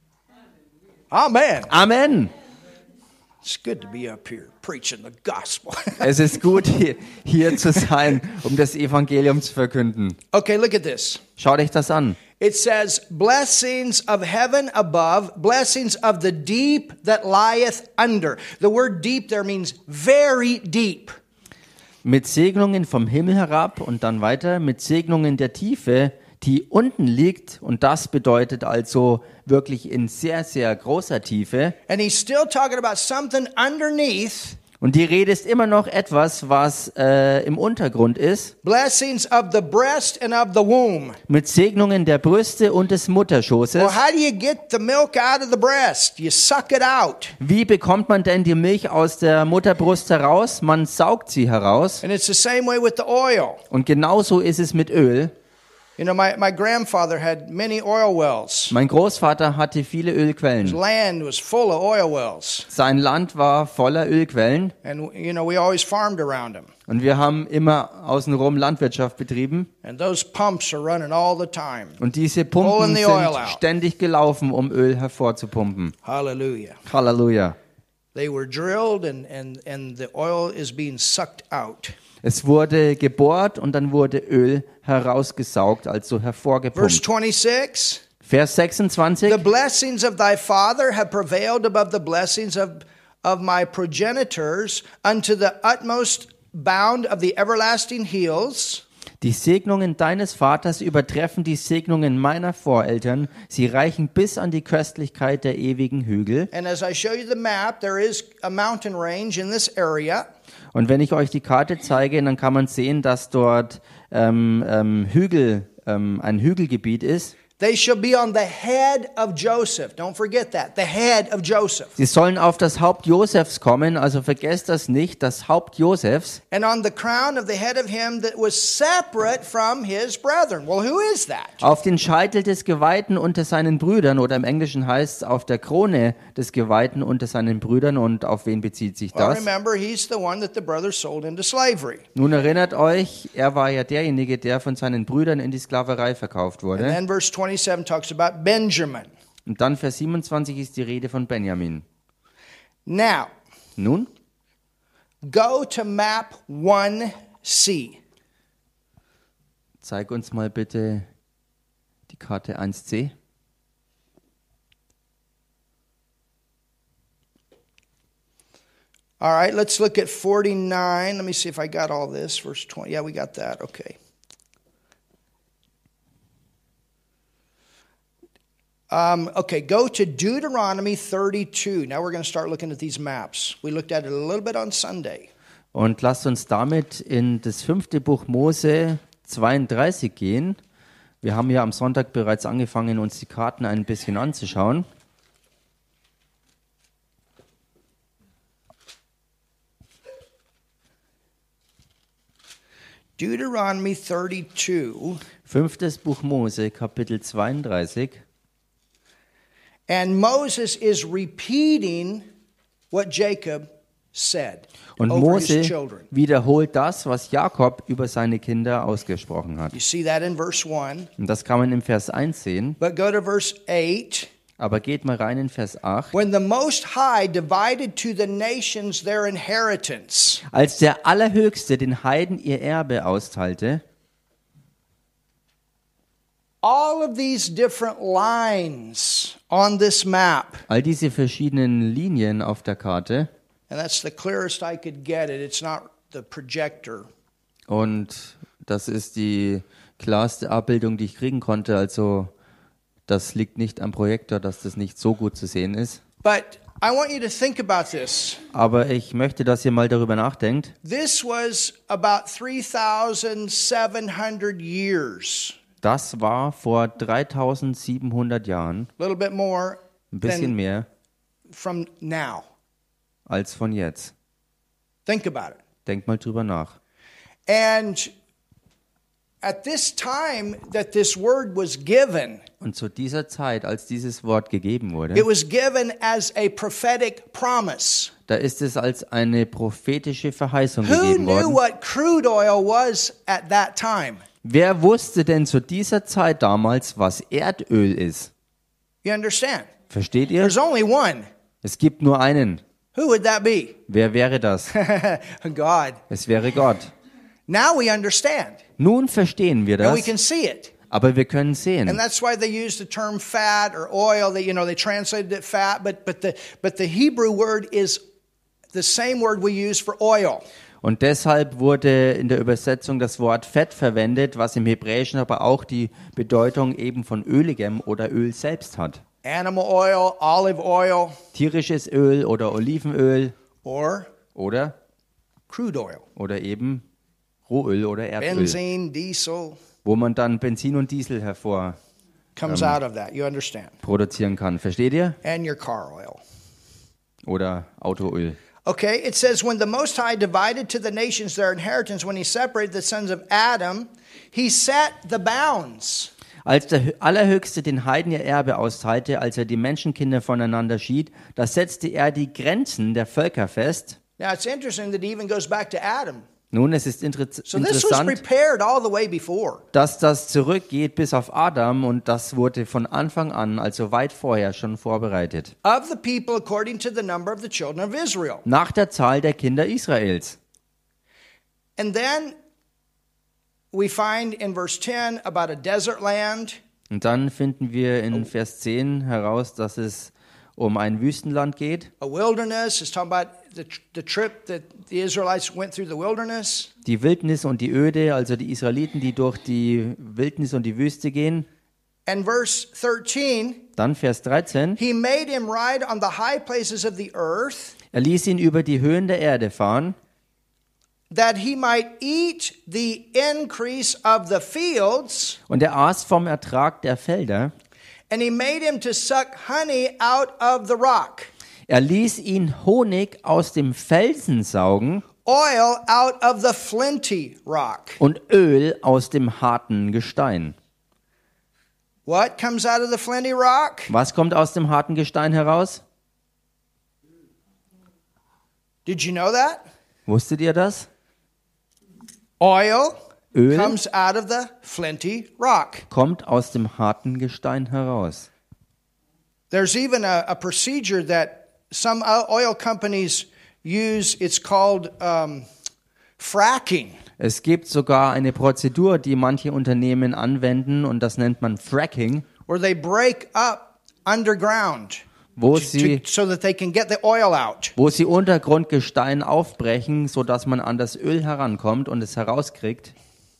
Amen. Amen. It's good to be up here preaching the gospel. Es ist gut, hier zu sein, um das Evangelium zu verkünden. Okay, look at this. Schaut euch das an. It says, blessings of heaven above, blessings of the deep that lieth under. The word deep there means very deep. Mit Segnungen vom Himmel herab und dann weiter mit Segnungen der Tiefe, die unten liegt. Und das bedeutet also wirklich in sehr, sehr großer Tiefe. And he's still talking about something underneath. Und die Rede ist immer noch etwas, was im Untergrund ist. Blessings of the breast and of the womb. Mit Segnungen der Brüste und des Mutterschoßes. Well, how do you get the milk out of the breast? You suck it out. Wie bekommt man denn die Milch aus der Mutterbrust heraus? Man saugt sie heraus. And it's the same way with the oil. Und genauso ist es mit Öl. You know, my grandfather had many oil wells. Mein Großvater hatte viele His Ölquellen. land was full of oil wells. Sein Land war voller Ölquellen. And, you know, we always farmed around them. Und wir haben immer außenrum Landwirtschaft betrieben. And those pumps are running all the time. Und diese Pumpen Pulling the oil sind out. ständig gelaufen, um Öl hervorzupumpen. Hallelujah. Halleluja. They were drilled and the oil is being sucked out. Es wurde gebohrt und dann wurde Öl herausgesaugt, also Verse hervorgepumpt. 26. Vers 26. The blessings of thy father have prevailed above the blessings of my progenitors unto the utmost bound of the everlasting hills. Die Segnungen deines Vaters übertreffen die Segnungen meiner Voreltern. Sie reichen bis an die Köstlichkeit der ewigen Hügel. And as I show you the map, there is a mountain range in this area. Und wenn ich euch die Karte zeige, dann kann man sehen, dass dort ein Hügelgebiet ist. They shall be on the head of Joseph. Don't forget that. The head of Joseph. Sie sollen auf das Haupt Josefs kommen, also vergesst das nicht, das Haupt Josefs. And on the crown of the head of him that was separate from his brethren. Well, who is that? Auf den Scheitel des Geweihten unter seinen Brüdern, oder im Englischen heißt es auf der Krone des Geweihten unter seinen Brüdern. Und auf wen bezieht sich Well, das? remember, he's the one that the brothers sold into slavery. Nun erinnert euch, er war ja derjenige, der von seinen Brüdern in die Sklaverei verkauft And wurde. then verse 27 talks about Benjamin. Und dann Vers 27 ist die Rede von Benjamin. Now, Nun, go to map 1C. zeig uns mal bitte die Karte 1c. All right, let's look at 49. Let me see if I got all this. Verse 20. Yeah, we got that. Okay. Okay, go to Deuteronomy 32. Now we're going to start looking at these maps. We looked at it a little bit on Sunday. Und lasst uns damit in das 5. Buch Mose 32 gehen. Wir haben ja am Sonntag bereits angefangen, uns die Karten ein bisschen anzuschauen. Deuteronomy 32. 5. Buch Mose, Kapitel 32. And Moses is repeating what Jacob said Und over his Mose children. wiederholt das, was Jakob über seine Kinder ausgesprochen hat. You see that in verse 1. Und das kann man im Vers 1 sehen. But go to verse 8. Aber geht mal rein in Vers 8. When the Most High divided to the nations their inheritance. Als der Allerhöchste den Heiden ihr Erbe austeilte, All of these different lines on this map. all diese verschiedenen Linien auf der Karte, And that's the clearest I could get it. It's not the projector. und das ist die klarste Abbildung, die ich kriegen konnte, also das liegt nicht am Projektor, dass das nicht so gut zu sehen ist. But I want you to think about this. Aber ich möchte, dass ihr mal darüber nachdenkt. This was about 3,700 years. Das war vor 3700 Jahren, A little bit more ein bisschen than mehr from now. als von jetzt. Think about it. Denkt mal drüber nach. And at this time that this word was given, Und zu dieser Zeit, als dieses Wort gegeben wurde, it was given as a prophetic promise. da ist es als eine prophetische Verheißung Who gegeben knew worden. what crude oil was at that time? Wer wusste denn zu dieser Zeit damals, was Erdöl ist? You understand? Versteht ihr? There's only one. Es gibt nur einen. Who would that be? Wer wäre das? God. Es wäre Gott. Now we understand. Nun verstehen wir And we das, can see it. aber wir können And sehen. that's why they use the term fat or oil. They translated it fat, but the Hebrew word is the same word we use for oil. Und deshalb wurde in der Übersetzung das Wort Fett verwendet, was im Hebräischen aber auch die Bedeutung eben von öligem oder Öl selbst hat. Animal oil, olive oil, Tierisches Öl oder Olivenöl or oder crude oil. eben Rohöl oder Erdöl, Benzene, diesel wo man dann Benzin und Diesel comes out of that. You understand? produzieren kann. Versteht ihr? And your car oil. Oder Autoöl. Okay, it says, when the Most High divided to the nations their inheritance, when he separated the sons of Adam, he set the bounds. Als der Allerhöchste den Heiden ihr Erbe austeilte, als er die Menschenkinder voneinander schied, da setzte er die Grenzen der Völker fest. Now, it's interesting that it even goes back to Adam. Nun, es ist So this was interessant, prepared all the way before. dass das zurückgeht bis auf Adam und das wurde von Anfang an, also weit vorher, schon vorbereitet. Of the people according to the number of the children of Israel. Nach der Zahl der Kinder Israels. And then we find in verse 10 about a desert land. Und dann finden wir in Vers 10 heraus, dass es um ein Wüstenland geht. A wilderness. It's talking about the trip that the Israelites went through the wilderness. Die Wildnis und die Öde, also die Israeliten, die durch die Wildnis und die Wüste gehen. And verse 13, Dann Vers 13. he made him ride on the high places of the earth, Er ließ ihn über die Höhen der Erde fahren, that he might eat the increase of the fields, und er aß vom Ertrag der Felder. and he made him to suck honey out of the rock, Er ließ ihn Honig aus dem Felsen saugen oil out of the flinty rock. und Öl aus dem harten Gestein. What comes out of the flinty rock? Was kommt aus dem harten Gestein heraus? Did you know that? Wusstet ihr das? Oil Öl comes out of the flinty rock. kommt aus dem harten Gestein heraus. There's even a procedure that some oil companies use. It's called fracking. Es gibt sogar eine Prozedur, die manche Unternehmen anwenden, und das nennt man Fracking, Where they break up underground wo sie so that they can get the oil out. Untergrundgestein aufbrechen, sodass man an das Öl herankommt und es herauskriegt.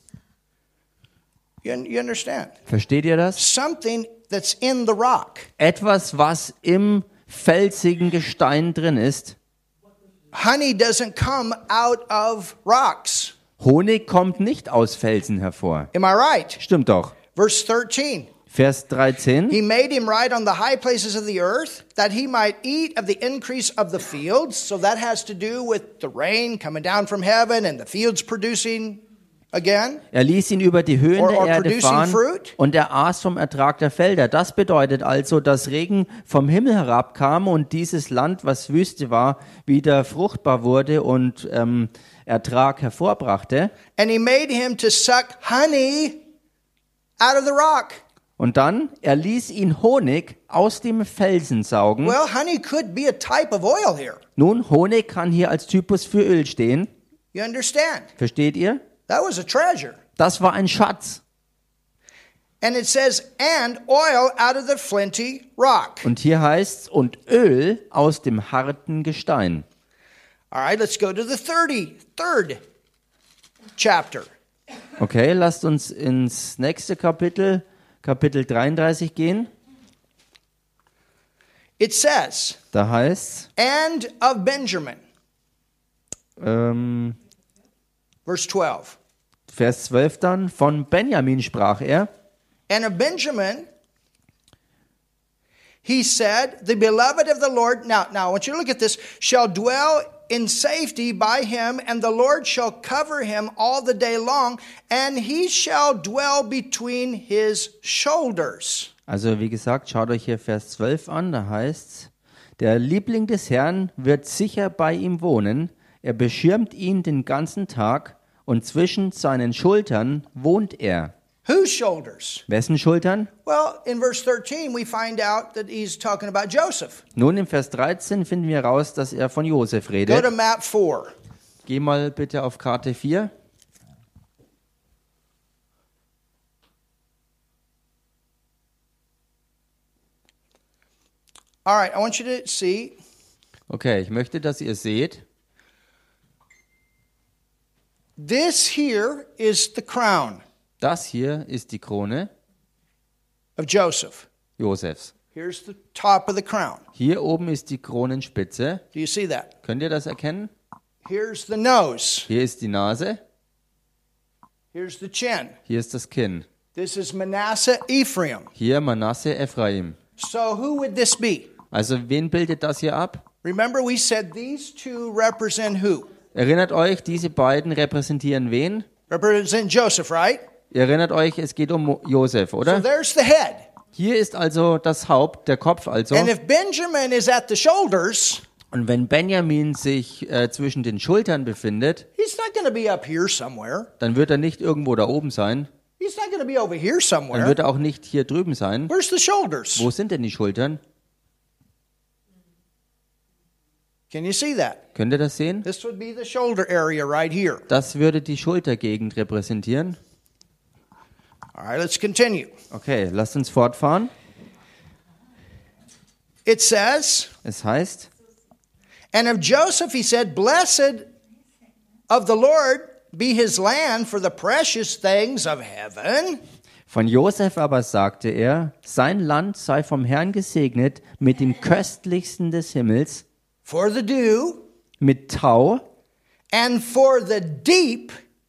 You understand? Versteht ihr das? Something that's in the rock. Etwas, was im felsigen Gestein drin ist. Honey doesn't come out of rocks. Honig kommt nicht aus Felsen hervor. Am I right? Stimmt doch. Verse 13. Vers 13. He made him ride on the high places of the earth, that he might eat of the increase of the fields. So that has to do with the rain coming down from heaven and the fields producing again. Er ließ ihn über die Höhen der Or Erde producing fahren fruit. und er aß vom Ertrag der Felder. Das bedeutet also, dass Regen vom Himmel herabkam und dieses Land, was Wüste war, wieder fruchtbar wurde und Ertrag hervorbrachte. And he made him to suck honey out of the rock. Und dann, er ließ ihn Honig aus dem Felsen saugen. Well, honey could be a type of oil here. Nun, Honig kann hier als Typus für Öl stehen. You understand? Versteht ihr? That was a treasure. Das war ein Schatz. And it says, and oil out of the flinty rock. Und hier heißt's, und Öl aus dem harten Gestein. All right, let's go to the 33rd chapter. Okay, lasst uns ins nächste Kapitel, Kapitel 33 gehen. It says, Da heißt's, and of Benjamin, verse 12. Vers 12 dann, von Benjamin sprach er. And of Benjamin, he said, the beloved of the Lord, now I want you to look at this, shall dwell in safety by him, and the Lord shall cover him all the day long, and he shall dwell between his shoulders. Also wie gesagt, schaut euch hier Vers 12 an, da heißt's, der Liebling des Herrn wird sicher bei ihm wohnen, er beschirmt ihn den ganzen Tag und zwischen seinen Schultern wohnt er. Whose shoulders? Wessen Schultern? Well, in verse 13, we find out that he's talking about Joseph. Nun im Vers 13 finden wir raus, dass er von Josef Go redet. to map 4. Geh mal bitte auf Karte 4. All right, I want you to see, Okay, ich möchte, dass ihr seht, this here is the crown das hier ist die Krone of Joseph. Josefs. Here's the top of the crown. Hier oben ist die Kronenspitze. Do you see that? Könnt ihr das erkennen? Here's the nose. Hier ist die Nase, Here's the chin. hier ist das Kinn. This is Manasseh, Ephraim. Hier Manasse, Ephraim. So who would this be? Also wen bildet das hier ab? Remember we said these two represent who? Erinnert euch, diese beiden repräsentieren wen? Represent Joseph, right? Ihr erinnert euch, es geht um Josef, So oder? there's the head. Hier ist also das Haupt, der Kopf also. And if Benjamin is at the shoulders, Und wenn Benjamin sich zwischen den Schultern befindet, he's not going to be up here somewhere. dann wird er nicht irgendwo da oben sein. He's not going to be over here Dann somewhere. wird er auch nicht hier drüben sein. Where's the shoulders? Wo sind denn die Schultern? Can you see that? Könnt ihr das sehen? This would be the shoulder area right here. Das würde die Schultergegend repräsentieren. All right, let's continue. Okay, lasst uns fortfahren. It says, Es heißt, and of Joseph he said, blessed of the Lord be his land for the precious things of heaven. von Josef aber sagte er, sein Land sei vom Herrn gesegnet mit dem köstlichsten des Himmels, For the dew, mit Tau and for the deep,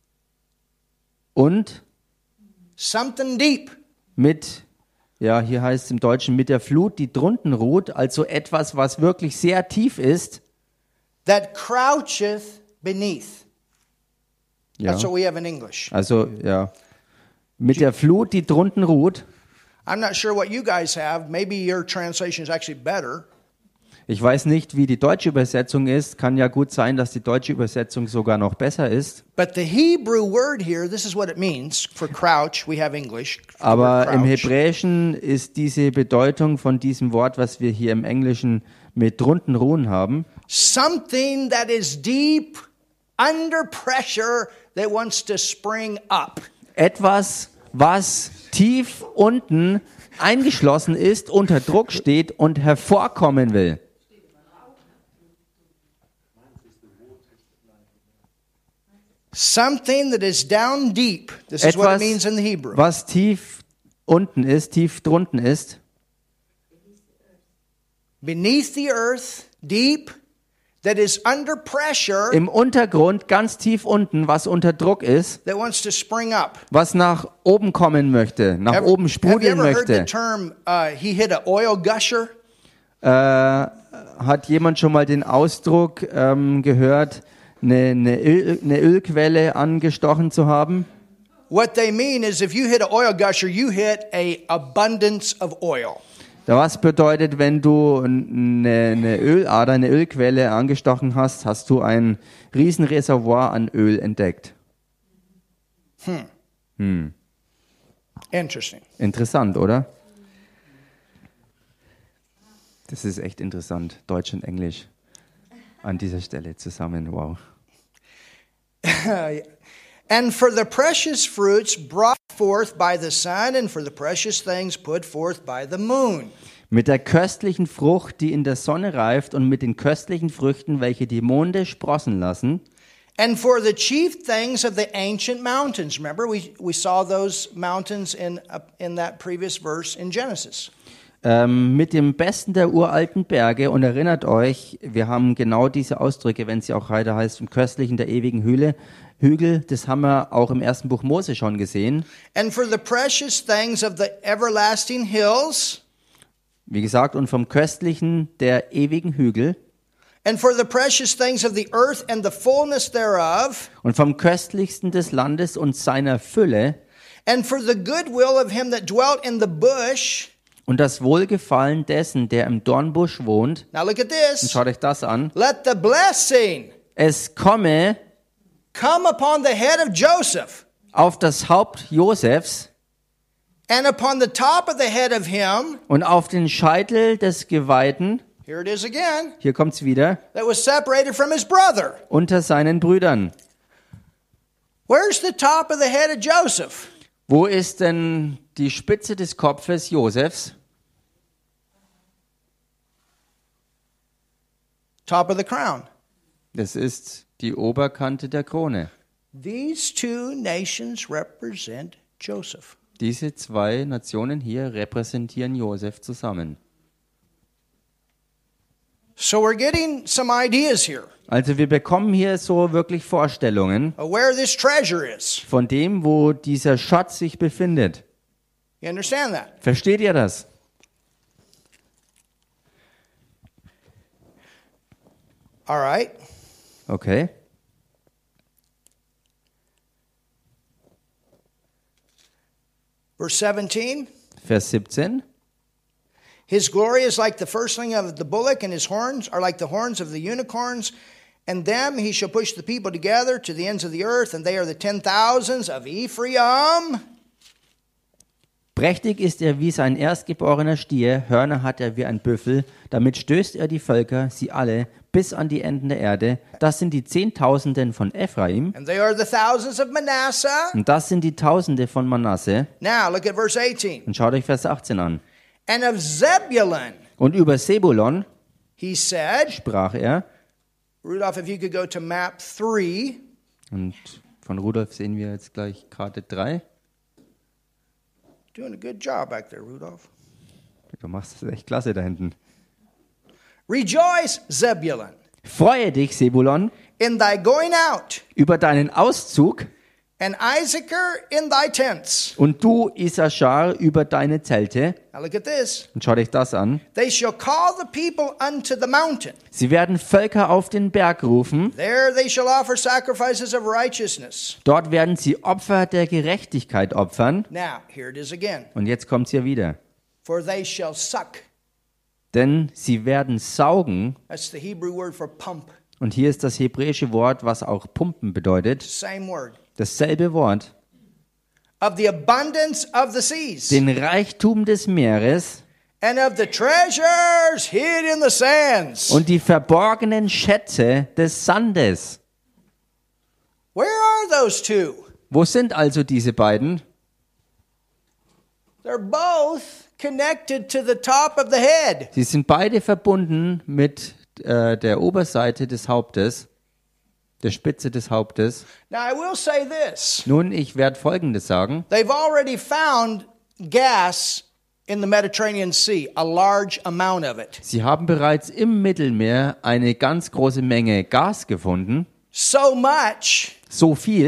und something deep. mit, ja, hier heißt es im Deutschen, mit der Flut, die drunten ruht, also etwas, was wirklich sehr tief ist. That croucheth beneath. Ja, That's what we have in English. also, ja, mit der Flut, die drunten ruht. I'm not sure what you guys have. Maybe your translation is actually better. Ich weiß nicht, wie die deutsche Übersetzung ist. Kann ja gut sein, dass die deutsche Übersetzung sogar noch besser ist. But the Hebrew word here, this is what it means for crouch. We have English. for the Aber word im crouch. Hebräischen ist diese Bedeutung von diesem Wort, was wir hier im Englischen mit drunten ruhen haben, Something that is deep under pressure that wants to spring up. etwas, was tief unten eingeschlossen ist, unter Druck steht und hervorkommen will. Something that is down deep. This is what it Etwas, means in the Hebrew. was tief unten ist, tief drunten ist, Beneath the earth, deep, that is under pressure, im Untergrund, ganz tief unten, was unter Druck ist, that wants to spring up. was nach oben kommen möchte, nach oben Have you sprudeln ever heard the möchte. term, he hit an oil gusher? Hat jemand schon mal den Ausdruck gehört, eine Ölquelle angestochen zu haben? What they mean is if you hit an oil gusher, you hit a abundance of oil. Was bedeutet, wenn du eine Ölader, eine Ölquelle angestochen hast, hast du ein Riesenreservoir an Öl entdeckt. Interesting. Interessant, oder? Das ist echt interessant. Deutsch und Englisch an dieser Stelle zusammen. Wow. And for the precious fruits brought forth by the sun, and for the precious things put forth by the moon. Mit der köstlichen Frucht, die in der Sonne reift, und mit den köstlichen Früchten, welche die Monde sprossen lassen. And for the chief things of the ancient mountains. Remember, we saw those mountains in that previous verse in Genesis. Mit dem Besten der uralten Berge. Und erinnert euch, wir haben genau diese Ausdrücke, wenn sie auch weiter heißt, im Köstlichen der ewigen Hügel, das haben wir auch im ersten Buch Mose schon gesehen. And for the precious things of the everlasting hills. Wie gesagt, und vom Köstlichen der ewigen Hügel. And for the precious things of the earth and the fullness thereof. Und vom Köstlichsten des Landes und seiner Fülle. And for the goodwill of him that dwelt in the bush. Und das Wohlgefallen dessen, der im Dornbusch wohnt. Now look at Und this. schaut euch das an. Let the blessing Es komme come upon the head of Joseph, auf das Haupt Josefs and upon the top of the head of him, und auf den Scheitel des Geweihten, here it is again, hier kommt's wieder, that was separated from his brother. unter seinen Brüdern. Where's the top of the head of Joseph? Wo ist denn die Spitze des Kopfes Josefs? Top of the crown. Das ist die Oberkante der Krone. These two nations represent Joseph. Diese zwei Nationen hier repräsentieren Josef zusammen. So we're getting some ideas here Also wir bekommen hier so wirklich Vorstellungen of where this treasure is. von dem, wo dieser Schatz sich befindet. You understand that? Versteht ihr das? All right. Okay. Verse 17. Vers 17. His glory is like the firstling of the bullock, and his horns are like the horns of the unicorns. And them he shall push the people together to the ends of the earth, and they are the 10,000s of Ephraim. Prächtig ist er wie sein erstgeborener Stier, Hörner hat er wie ein Büffel, damit stößt er die Völker, sie alle, bis an die Enden der Erde. Das sind die Zehntausenden von Ephraim, And they are the thousands of Manasseh. und das sind die Tausende von Manasse. Now look at verse 18. Und schaut euch Vers 18 an. And of Zebulun, Und über Sebulon he said, sprach er, Rudolph, if you could go to map 3. und von Rudolf sehen wir jetzt gleich Karte 3. Doing a good job back there, Rudolph. Du machst es echt klasse da hinten. Rejoice, Zebulun, Freue dich, Sebulon, in thy going out, über deinen Auszug, and Issachar in thy tents. und du, Issachar, über deine Zelte. Now look at this. Und schau dich das an. They shall call the people unto the mountain. Sie werden Völker auf den Berg rufen. There they shall offer sacrifices of righteousness. Dort werden sie Opfer der Gerechtigkeit opfern. Now, here it is again. Und jetzt kommt's hier wieder. For they shall suck. Denn sie werden saugen. That's the Hebrew word for pump. Und hier ist das hebräische Wort, was auch pumpen bedeutet. Same word. Dasselbe Wort. Of the abundance of the seas. Den Reichtum des Meeres And of the treasures hid in the sands. und die verborgenen Schätze des Sandes. Where are those two? Wo sind also diese beiden? They're both connected to the top of the head. Sie sind beide verbunden mit der Oberseite des Hauptes, der Spitze des Hauptes. Now I will say this. Nun, ich werde Folgendes sagen. They've already found gas in the Mediterranean Sea, a large amount of it. Sie haben bereits im Mittelmeer eine ganz große Menge Gas gefunden. So much So viel,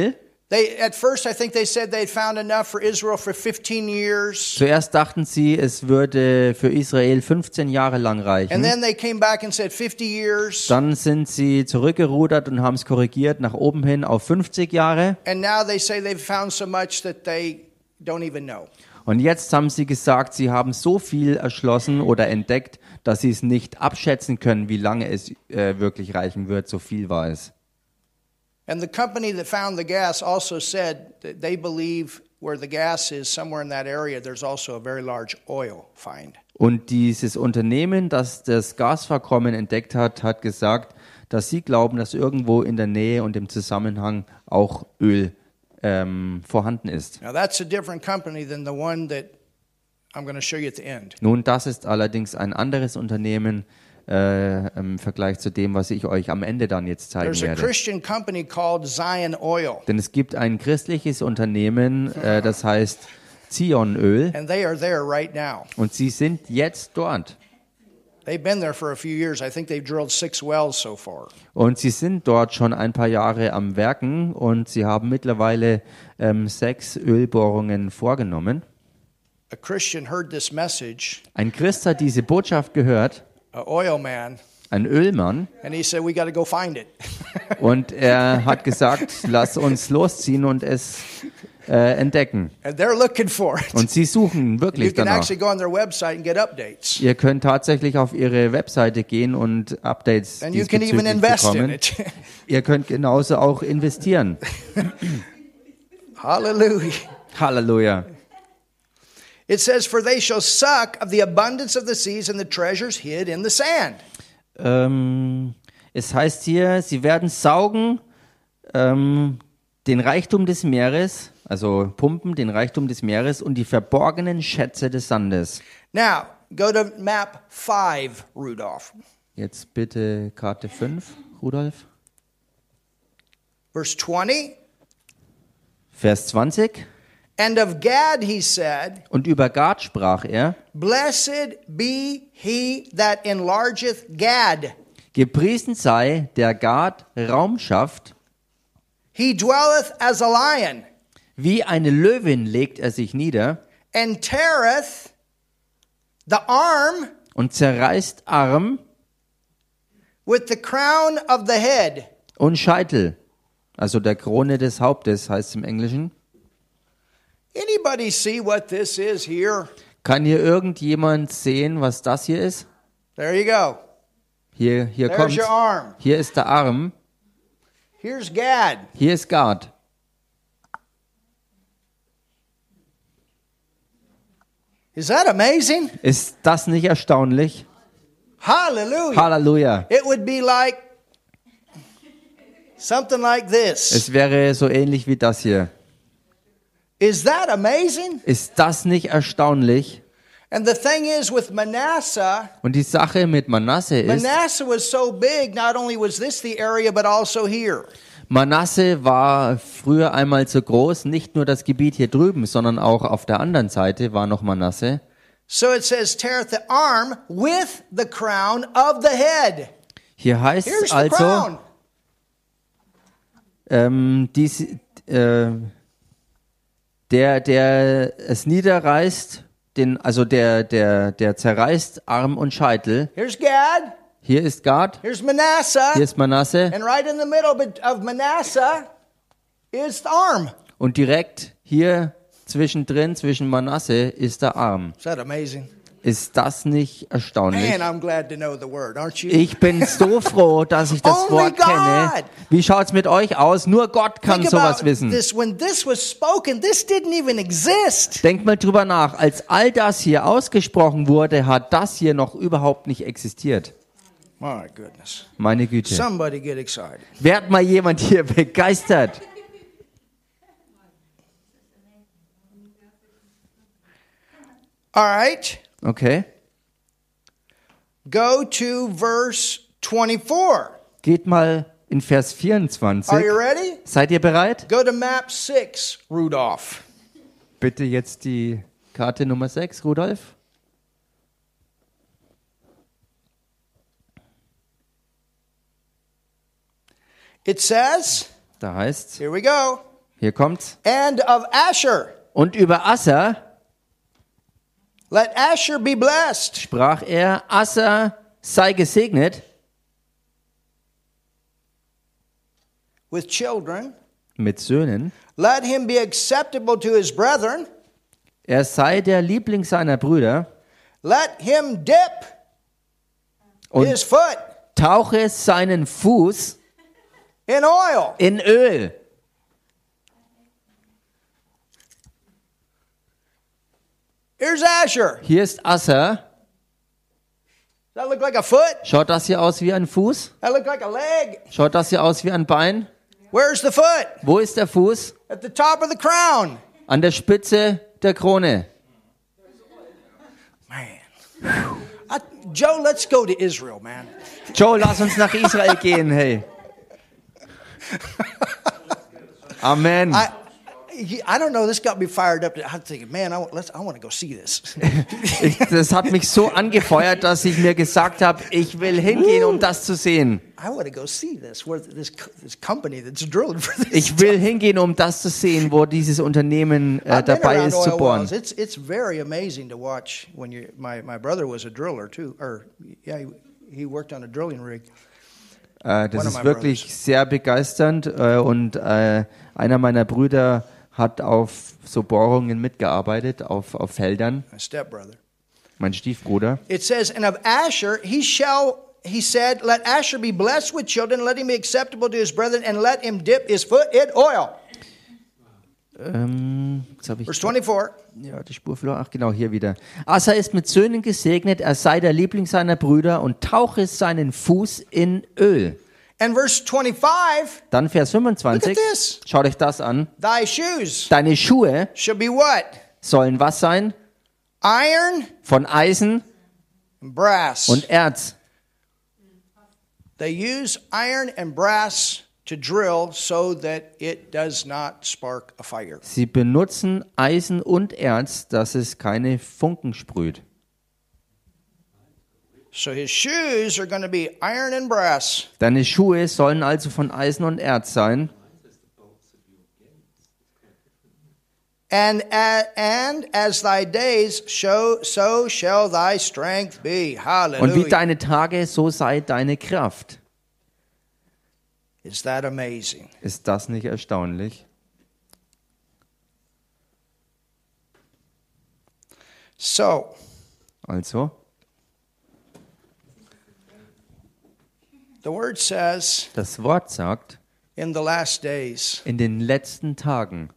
At first, I think they said they'd found enough for Israel for 15 years. Zuerst dachten sie, es würde für Israel 15 Jahre lang And reichen. then they came back and said 50 years. Dann sind sie zurückgerudert und haben es korrigiert nach oben hin auf 50 Jahre. And now they say they've found so much that they don't even know. Und jetzt haben sie gesagt, sie haben so viel erschlossen oder entdeckt, dass sie es nicht abschätzen können, wie lange es wirklich reichen wird. So viel war es. And the company that found the gas also said that they believe where the gas is, somewhere in that area, there's also a very large oil find. Und dieses Unternehmen, das das Gasvorkommen entdeckt hat, hat gesagt, dass sie glauben, dass irgendwo in der Nähe und im Zusammenhang auch Öl vorhanden ist. Now that's a different company than the one that I'm going to show you at the end. Nun, das ist allerdings ein anderes Unternehmen im Vergleich zu dem, was ich euch am Ende dann jetzt zeigen There's a werde. Christian company called Zion Oil, Denn es gibt ein christliches Unternehmen, das heißt Zionöl, and they are there right now. und sie sind jetzt dort. They've been there for a few years. I think they've drilled 6 wells so far. Und sie sind dort schon ein paar Jahre am Werken und sie haben mittlerweile 6 Ölbohrungen vorgenommen. A Christian heard this message, Ein Christ hat diese Botschaft gehört, an oil man, ein Ölmann, and he said, we got to go find it. und er hat gesagt, lass uns losziehen und es entdecken. And they're looking for it. Und sie suchen You wirklich can danach. actually go on their website and get updates. Ihr könnt tatsächlich auf ihre Webseite gehen und Updates And you can even diesbezüglich invest in bekommen. it. Ihr könnt genauso auch investieren. Hallelujah. Halleluja. It says, for they shall suck of the abundance of the seas and the treasures hid in the sand. Es heißt hier, sie werden saugen den Reichtum des Meeres, also pumpen den Reichtum des Meeres und die verborgenen Schätze des Sandes. Now, go to map 5, Rudolph. Jetzt bitte Karte 5, Rudolf. Verse 20. Vers 20. And of Gad he said, Und über Gad sprach er, blessed be he that enlargeth Gad. gepriesen sei, der Gad Raum schafft. He dwelleth as a lion, Wie eine Löwin legt er sich nieder and teareth the arm und zerreißt Arm with the crown of the head. und Scheitel. Also der Krone des Hauptes heißt es im Englischen. Anybody see what this is here? Kann hier irgendjemand sehen, was das hier ist? There you go. Hier There's kommt's. your arm. Hier ist der Arm. Here's Gad. Hier ist Gad. Is that amazing? Ist das nicht erstaunlich? Hallelujah. Halleluja. It would be like something like this. Es wäre so ähnlich wie das hier. Is that amazing? Ist das nicht erstaunlich? And the thing is with Manasseh, Und die Sache mit Manasse ist, Manasseh was so big, not only was this the area, but also here. Manasse war früher einmal so groß, nicht nur das Gebiet hier drüben, sondern auch auf der anderen Seite war noch Manasse. So it says, teareth the arm with the crown of the head. Hier heißt Here's es the also, crown. der es niederreißt, der zerreißt Arm und Scheitel. Here's Gad. Hier ist Gad, Here's Manasseh. hier ist Manasse And right in the middle of Manasseh is the arm. und direkt hier zwischendrin, zwischen Manasse, ist der Arm. Is that amazing? Ist das nicht erstaunlich? Man, I'm glad to know the word, aren't you? Ich bin so froh, dass ich das Only Wort kenne. God. Wie schaut's mit euch aus? Nur Gott kann Think sowas about wissen. this. When this was spoken, this didn't even exist. Denkt mal drüber nach. Als all das hier ausgesprochen wurde, hat das hier noch überhaupt nicht existiert. My goodness. Meine Güte. Somebody get excited. Werd mal jemand hier begeistert. All right. Okay. Go to verse 24. Geht mal in Vers Are you 24. ready? Seid ihr bereit? Go to map 6, Rudolph. Bitte jetzt die Karte Nummer 6, Rudolf. It says, Da heißt's, here we go. Hier kommt's. And of Asher, Und über Asa let Asher be blessed. sprach er, Asa sei gesegnet With children. mit Söhnen. Let him be acceptable to his brethren. Er sei der Liebling seiner Brüder Let him dip und his foot tauche seinen Fuß in oil. in Öl. Here's Asher. Hier ist Asa. Does that look like a foot? Schaut das hier aus wie ein Fuß? That look like a leg? Schaut das hier aus wie ein Bein? Where's the foot? Wo ist der Fuß? At the top of the crown. An der Spitze der Krone. Man. Joe, let's go to Israel, man. Joe, lass uns nach Israel gehen, hey. Amen. I don't know. This got me fired up. I'm thinking, man, I want to go see this. Das hat mich so angefeuert, dass ich mir gesagt habe, ich will hingehen, um das zu sehen. I want to go see this. Where this company that's drilling for this. Ich will hingehen, um das zu sehen, wo dieses Unternehmen I've been dabei around ist zu oil bohren. wells. It's very amazing to watch when you. My brother was a driller too, or yeah, he worked on a drilling rig. Das One of ist my wirklich sehr begeisternd und einer meiner Brüder hat auf so Bohrungen mitgearbeitet, auf Feldern, My stepbrother. mein Stiefbruder. It says, and of Asher he said, let Asher be blessed with children, let him be acceptable to his brethren, and let him dip his foot in oil. Jetzt habe ich Verse 24. ja, die Spur verloren. Ach genau, hier wieder. Asa ist mit Söhnen gesegnet, er sei der Liebling seiner Brüder und tauche seinen Fuß in Öl. And verse 25, Dann Vers look 25. at this. Schaut euch das an. Thy shoes Deine Schuhe shall be what? sollen was sein? Iron Von Eisen and brass. und Erz. They use iron and brass to drill so that it does not spark a fire. Sie benutzen Eisen und Erz, dass es keine Funken sprüht. So his shoes are going to be iron and brass. Deine Schuhe sollen also von Eisen und Erz sein. And as thy days show, so shall thy strength be. Und wie Hallelujah. deine Tage, so sei deine Kraft. Is that amazing? Ist das nicht erstaunlich? So, Also, the word says das Wort sagt, in the last days, in den letzten Tagen.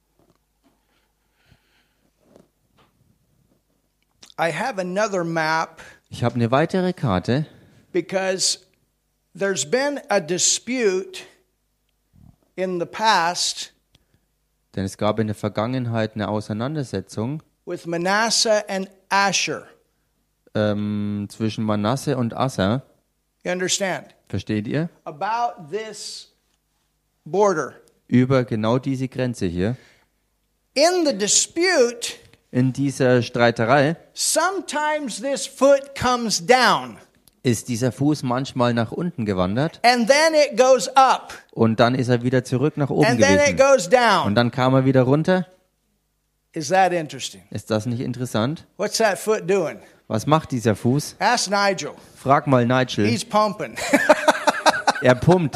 I have another map Ich habe eine weitere Karte, because there's been a dispute in the past denn es gab in der Vergangenheit eine Auseinandersetzung with Manasseh and Asher. zwischen Manasse und Asa. You understand? Versteht ihr? About this border. Über genau diese Grenze hier. In the dispute, In dieser Streiterei sometimes this foot comes down ist dieser Fuß manchmal nach unten gewandert and then it goes up und dann ist er wieder zurück nach oben and then it gewesen. goes Und down. dann kam er wieder runter. Is that interesting? Ist das nicht interessant? What's that foot doing? Was macht dieser Fuß? Ask Nigel. Frag mal Nigel. He's pumping. Er pumpt.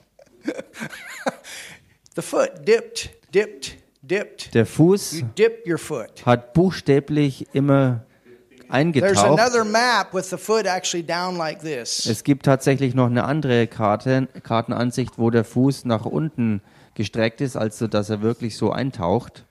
The foot dipped. Der Fuß You dip your foot. hat buchstäblich immer There's eingetaucht. another map with the foot actually down like this. Es gibt tatsächlich noch eine andere Kartenansicht, wo der Fuß nach unten gestreckt ist, also dass er wirklich so eintaucht.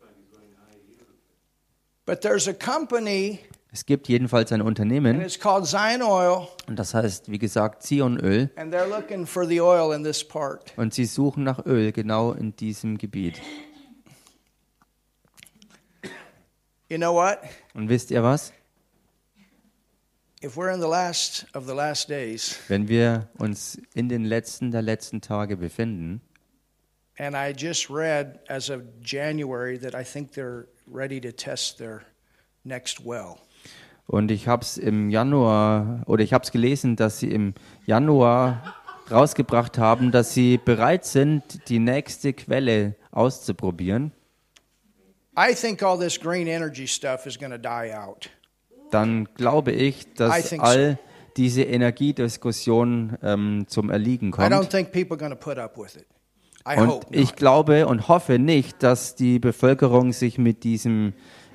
But there's a company, Es gibt jedenfalls ein and Unternehmen, it's called Zion Oil, und das heißt, wie gesagt, Zionöl, and they're looking for the oil in this part. und sie suchen nach Öl genau in diesem Gebiet. You know what? Und wisst ihr was? If we're in the last of the last days, Wenn wir uns in den letzten der letzten Tage befinden, and I just read as of January that I think they're ready to test their next well. und ich habe es im Januar, oder ich habe es gelesen, dass sie im Januar rausgebracht haben, dass sie bereit sind, die nächste Quelle auszuprobieren, I think all this green energy stuff is going to die out. dann glaube ich, I dass think so. all diese Energiediskussion zum Erliegen I don't kommt. think people are going to put up with it. I Und hope ich not. glaube und hoffe nicht, dass die Bevölkerung sich mit diesem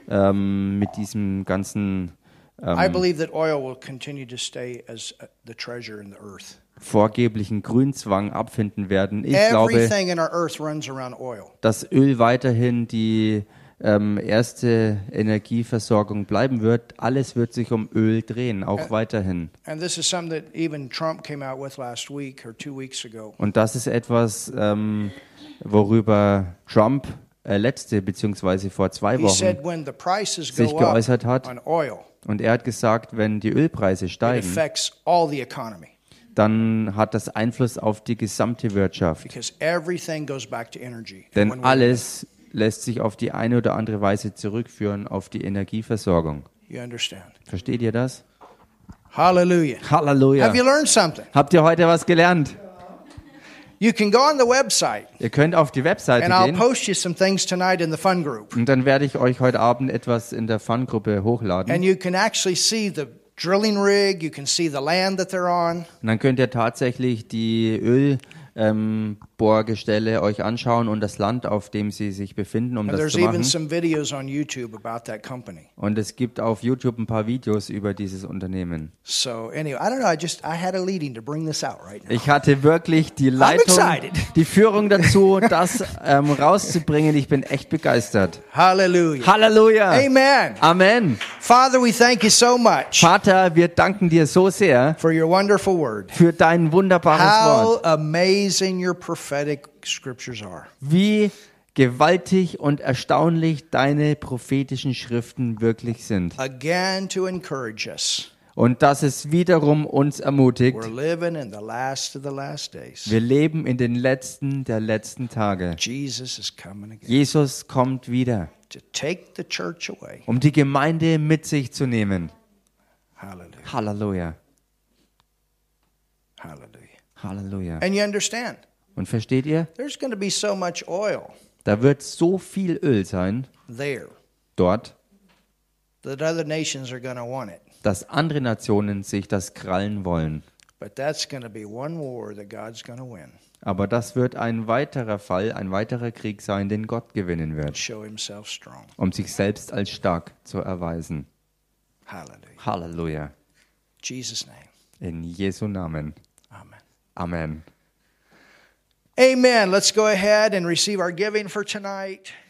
ganzen I believe that oil will continue to stay as the treasure in the earth. vorgeblichen Grünzwang abfinden werden. Ich glaube, Everything in our earth runs around oil. dass Öl weiterhin die erste Energieversorgung bleiben wird. Alles wird sich um Öl drehen, auch weiterhin. And this is something that even Trump came out with last week or 2 weeks ago. Und das ist etwas, worüber Trump letzte bzw. vor 2 He Wochen said when the prices sich go geäußert up hat. on oil, Und er hat gesagt, wenn die Ölpreise it steigen, affects all the economy dann hat das Einfluss auf die gesamte Wirtschaft. because everything goes back to energy. And when Denn we- alles lässt sich auf die eine oder andere Weise zurückführen auf die Energieversorgung. You understand? Versteht ihr das? Hallelujah. Halleluja. Have you learned something? Habt ihr heute was gelernt? You can go on the website Ihr könnt auf die Webseite and I'll gehen post you some things tonight in the fun group. und dann werde ich euch heute Abend etwas in der Fun-Gruppe hochladen. And you can actually see the drilling rig, you can see the land that they're on. Und dann könnt ihr tatsächlich die Ölbohrgestelle euch anschauen und das Land, auf dem sie sich befinden, um And das there's zu even machen. some videos on YouTube about that company. Und es gibt auf YouTube ein paar Videos über dieses Unternehmen. So anyway, I don't know, I had a leading to bring this out right now. Ich hatte wirklich die Leitung, excited. die Führung dazu, das rauszubringen. Ich bin echt begeistert. Hallelujah. Halleluja. Amen. Amen. Father, we thank you so much Vater, wir danken dir so sehr for your wonderful word. für dein wunderbares Wort. How amazing your prophetic scriptures are. Wie gewaltig und erstaunlich deine prophetischen Schriften wirklich sind. Again, to encourage us. Und dass es wiederum uns ermutigt, We're living in the last of the last days. wir leben in den letzten der letzten Tage. Jesus is coming again Jesus kommt wieder, to take the church away. um die Gemeinde mit sich zu nehmen. Hallelujah. Halleluja. Hallelujah. Halleluja. And you understand, Und versteht ihr? there's going to be so much oil Da wird so viel Öl sein there dort, that other nations are going to want it. dass andere Nationen sich das krallen wollen. But that's going to be one war that God's going to win. Aber das wird ein weiterer Fall, ein weiterer Krieg sein, den Gott gewinnen wird, Show himself strong. um sich selbst als stark zu erweisen. Hallelujah. Halleluja. Jesus' name. In Jesu Namen. Amen. Amen. Amen. Let's go ahead and receive our giving for tonight.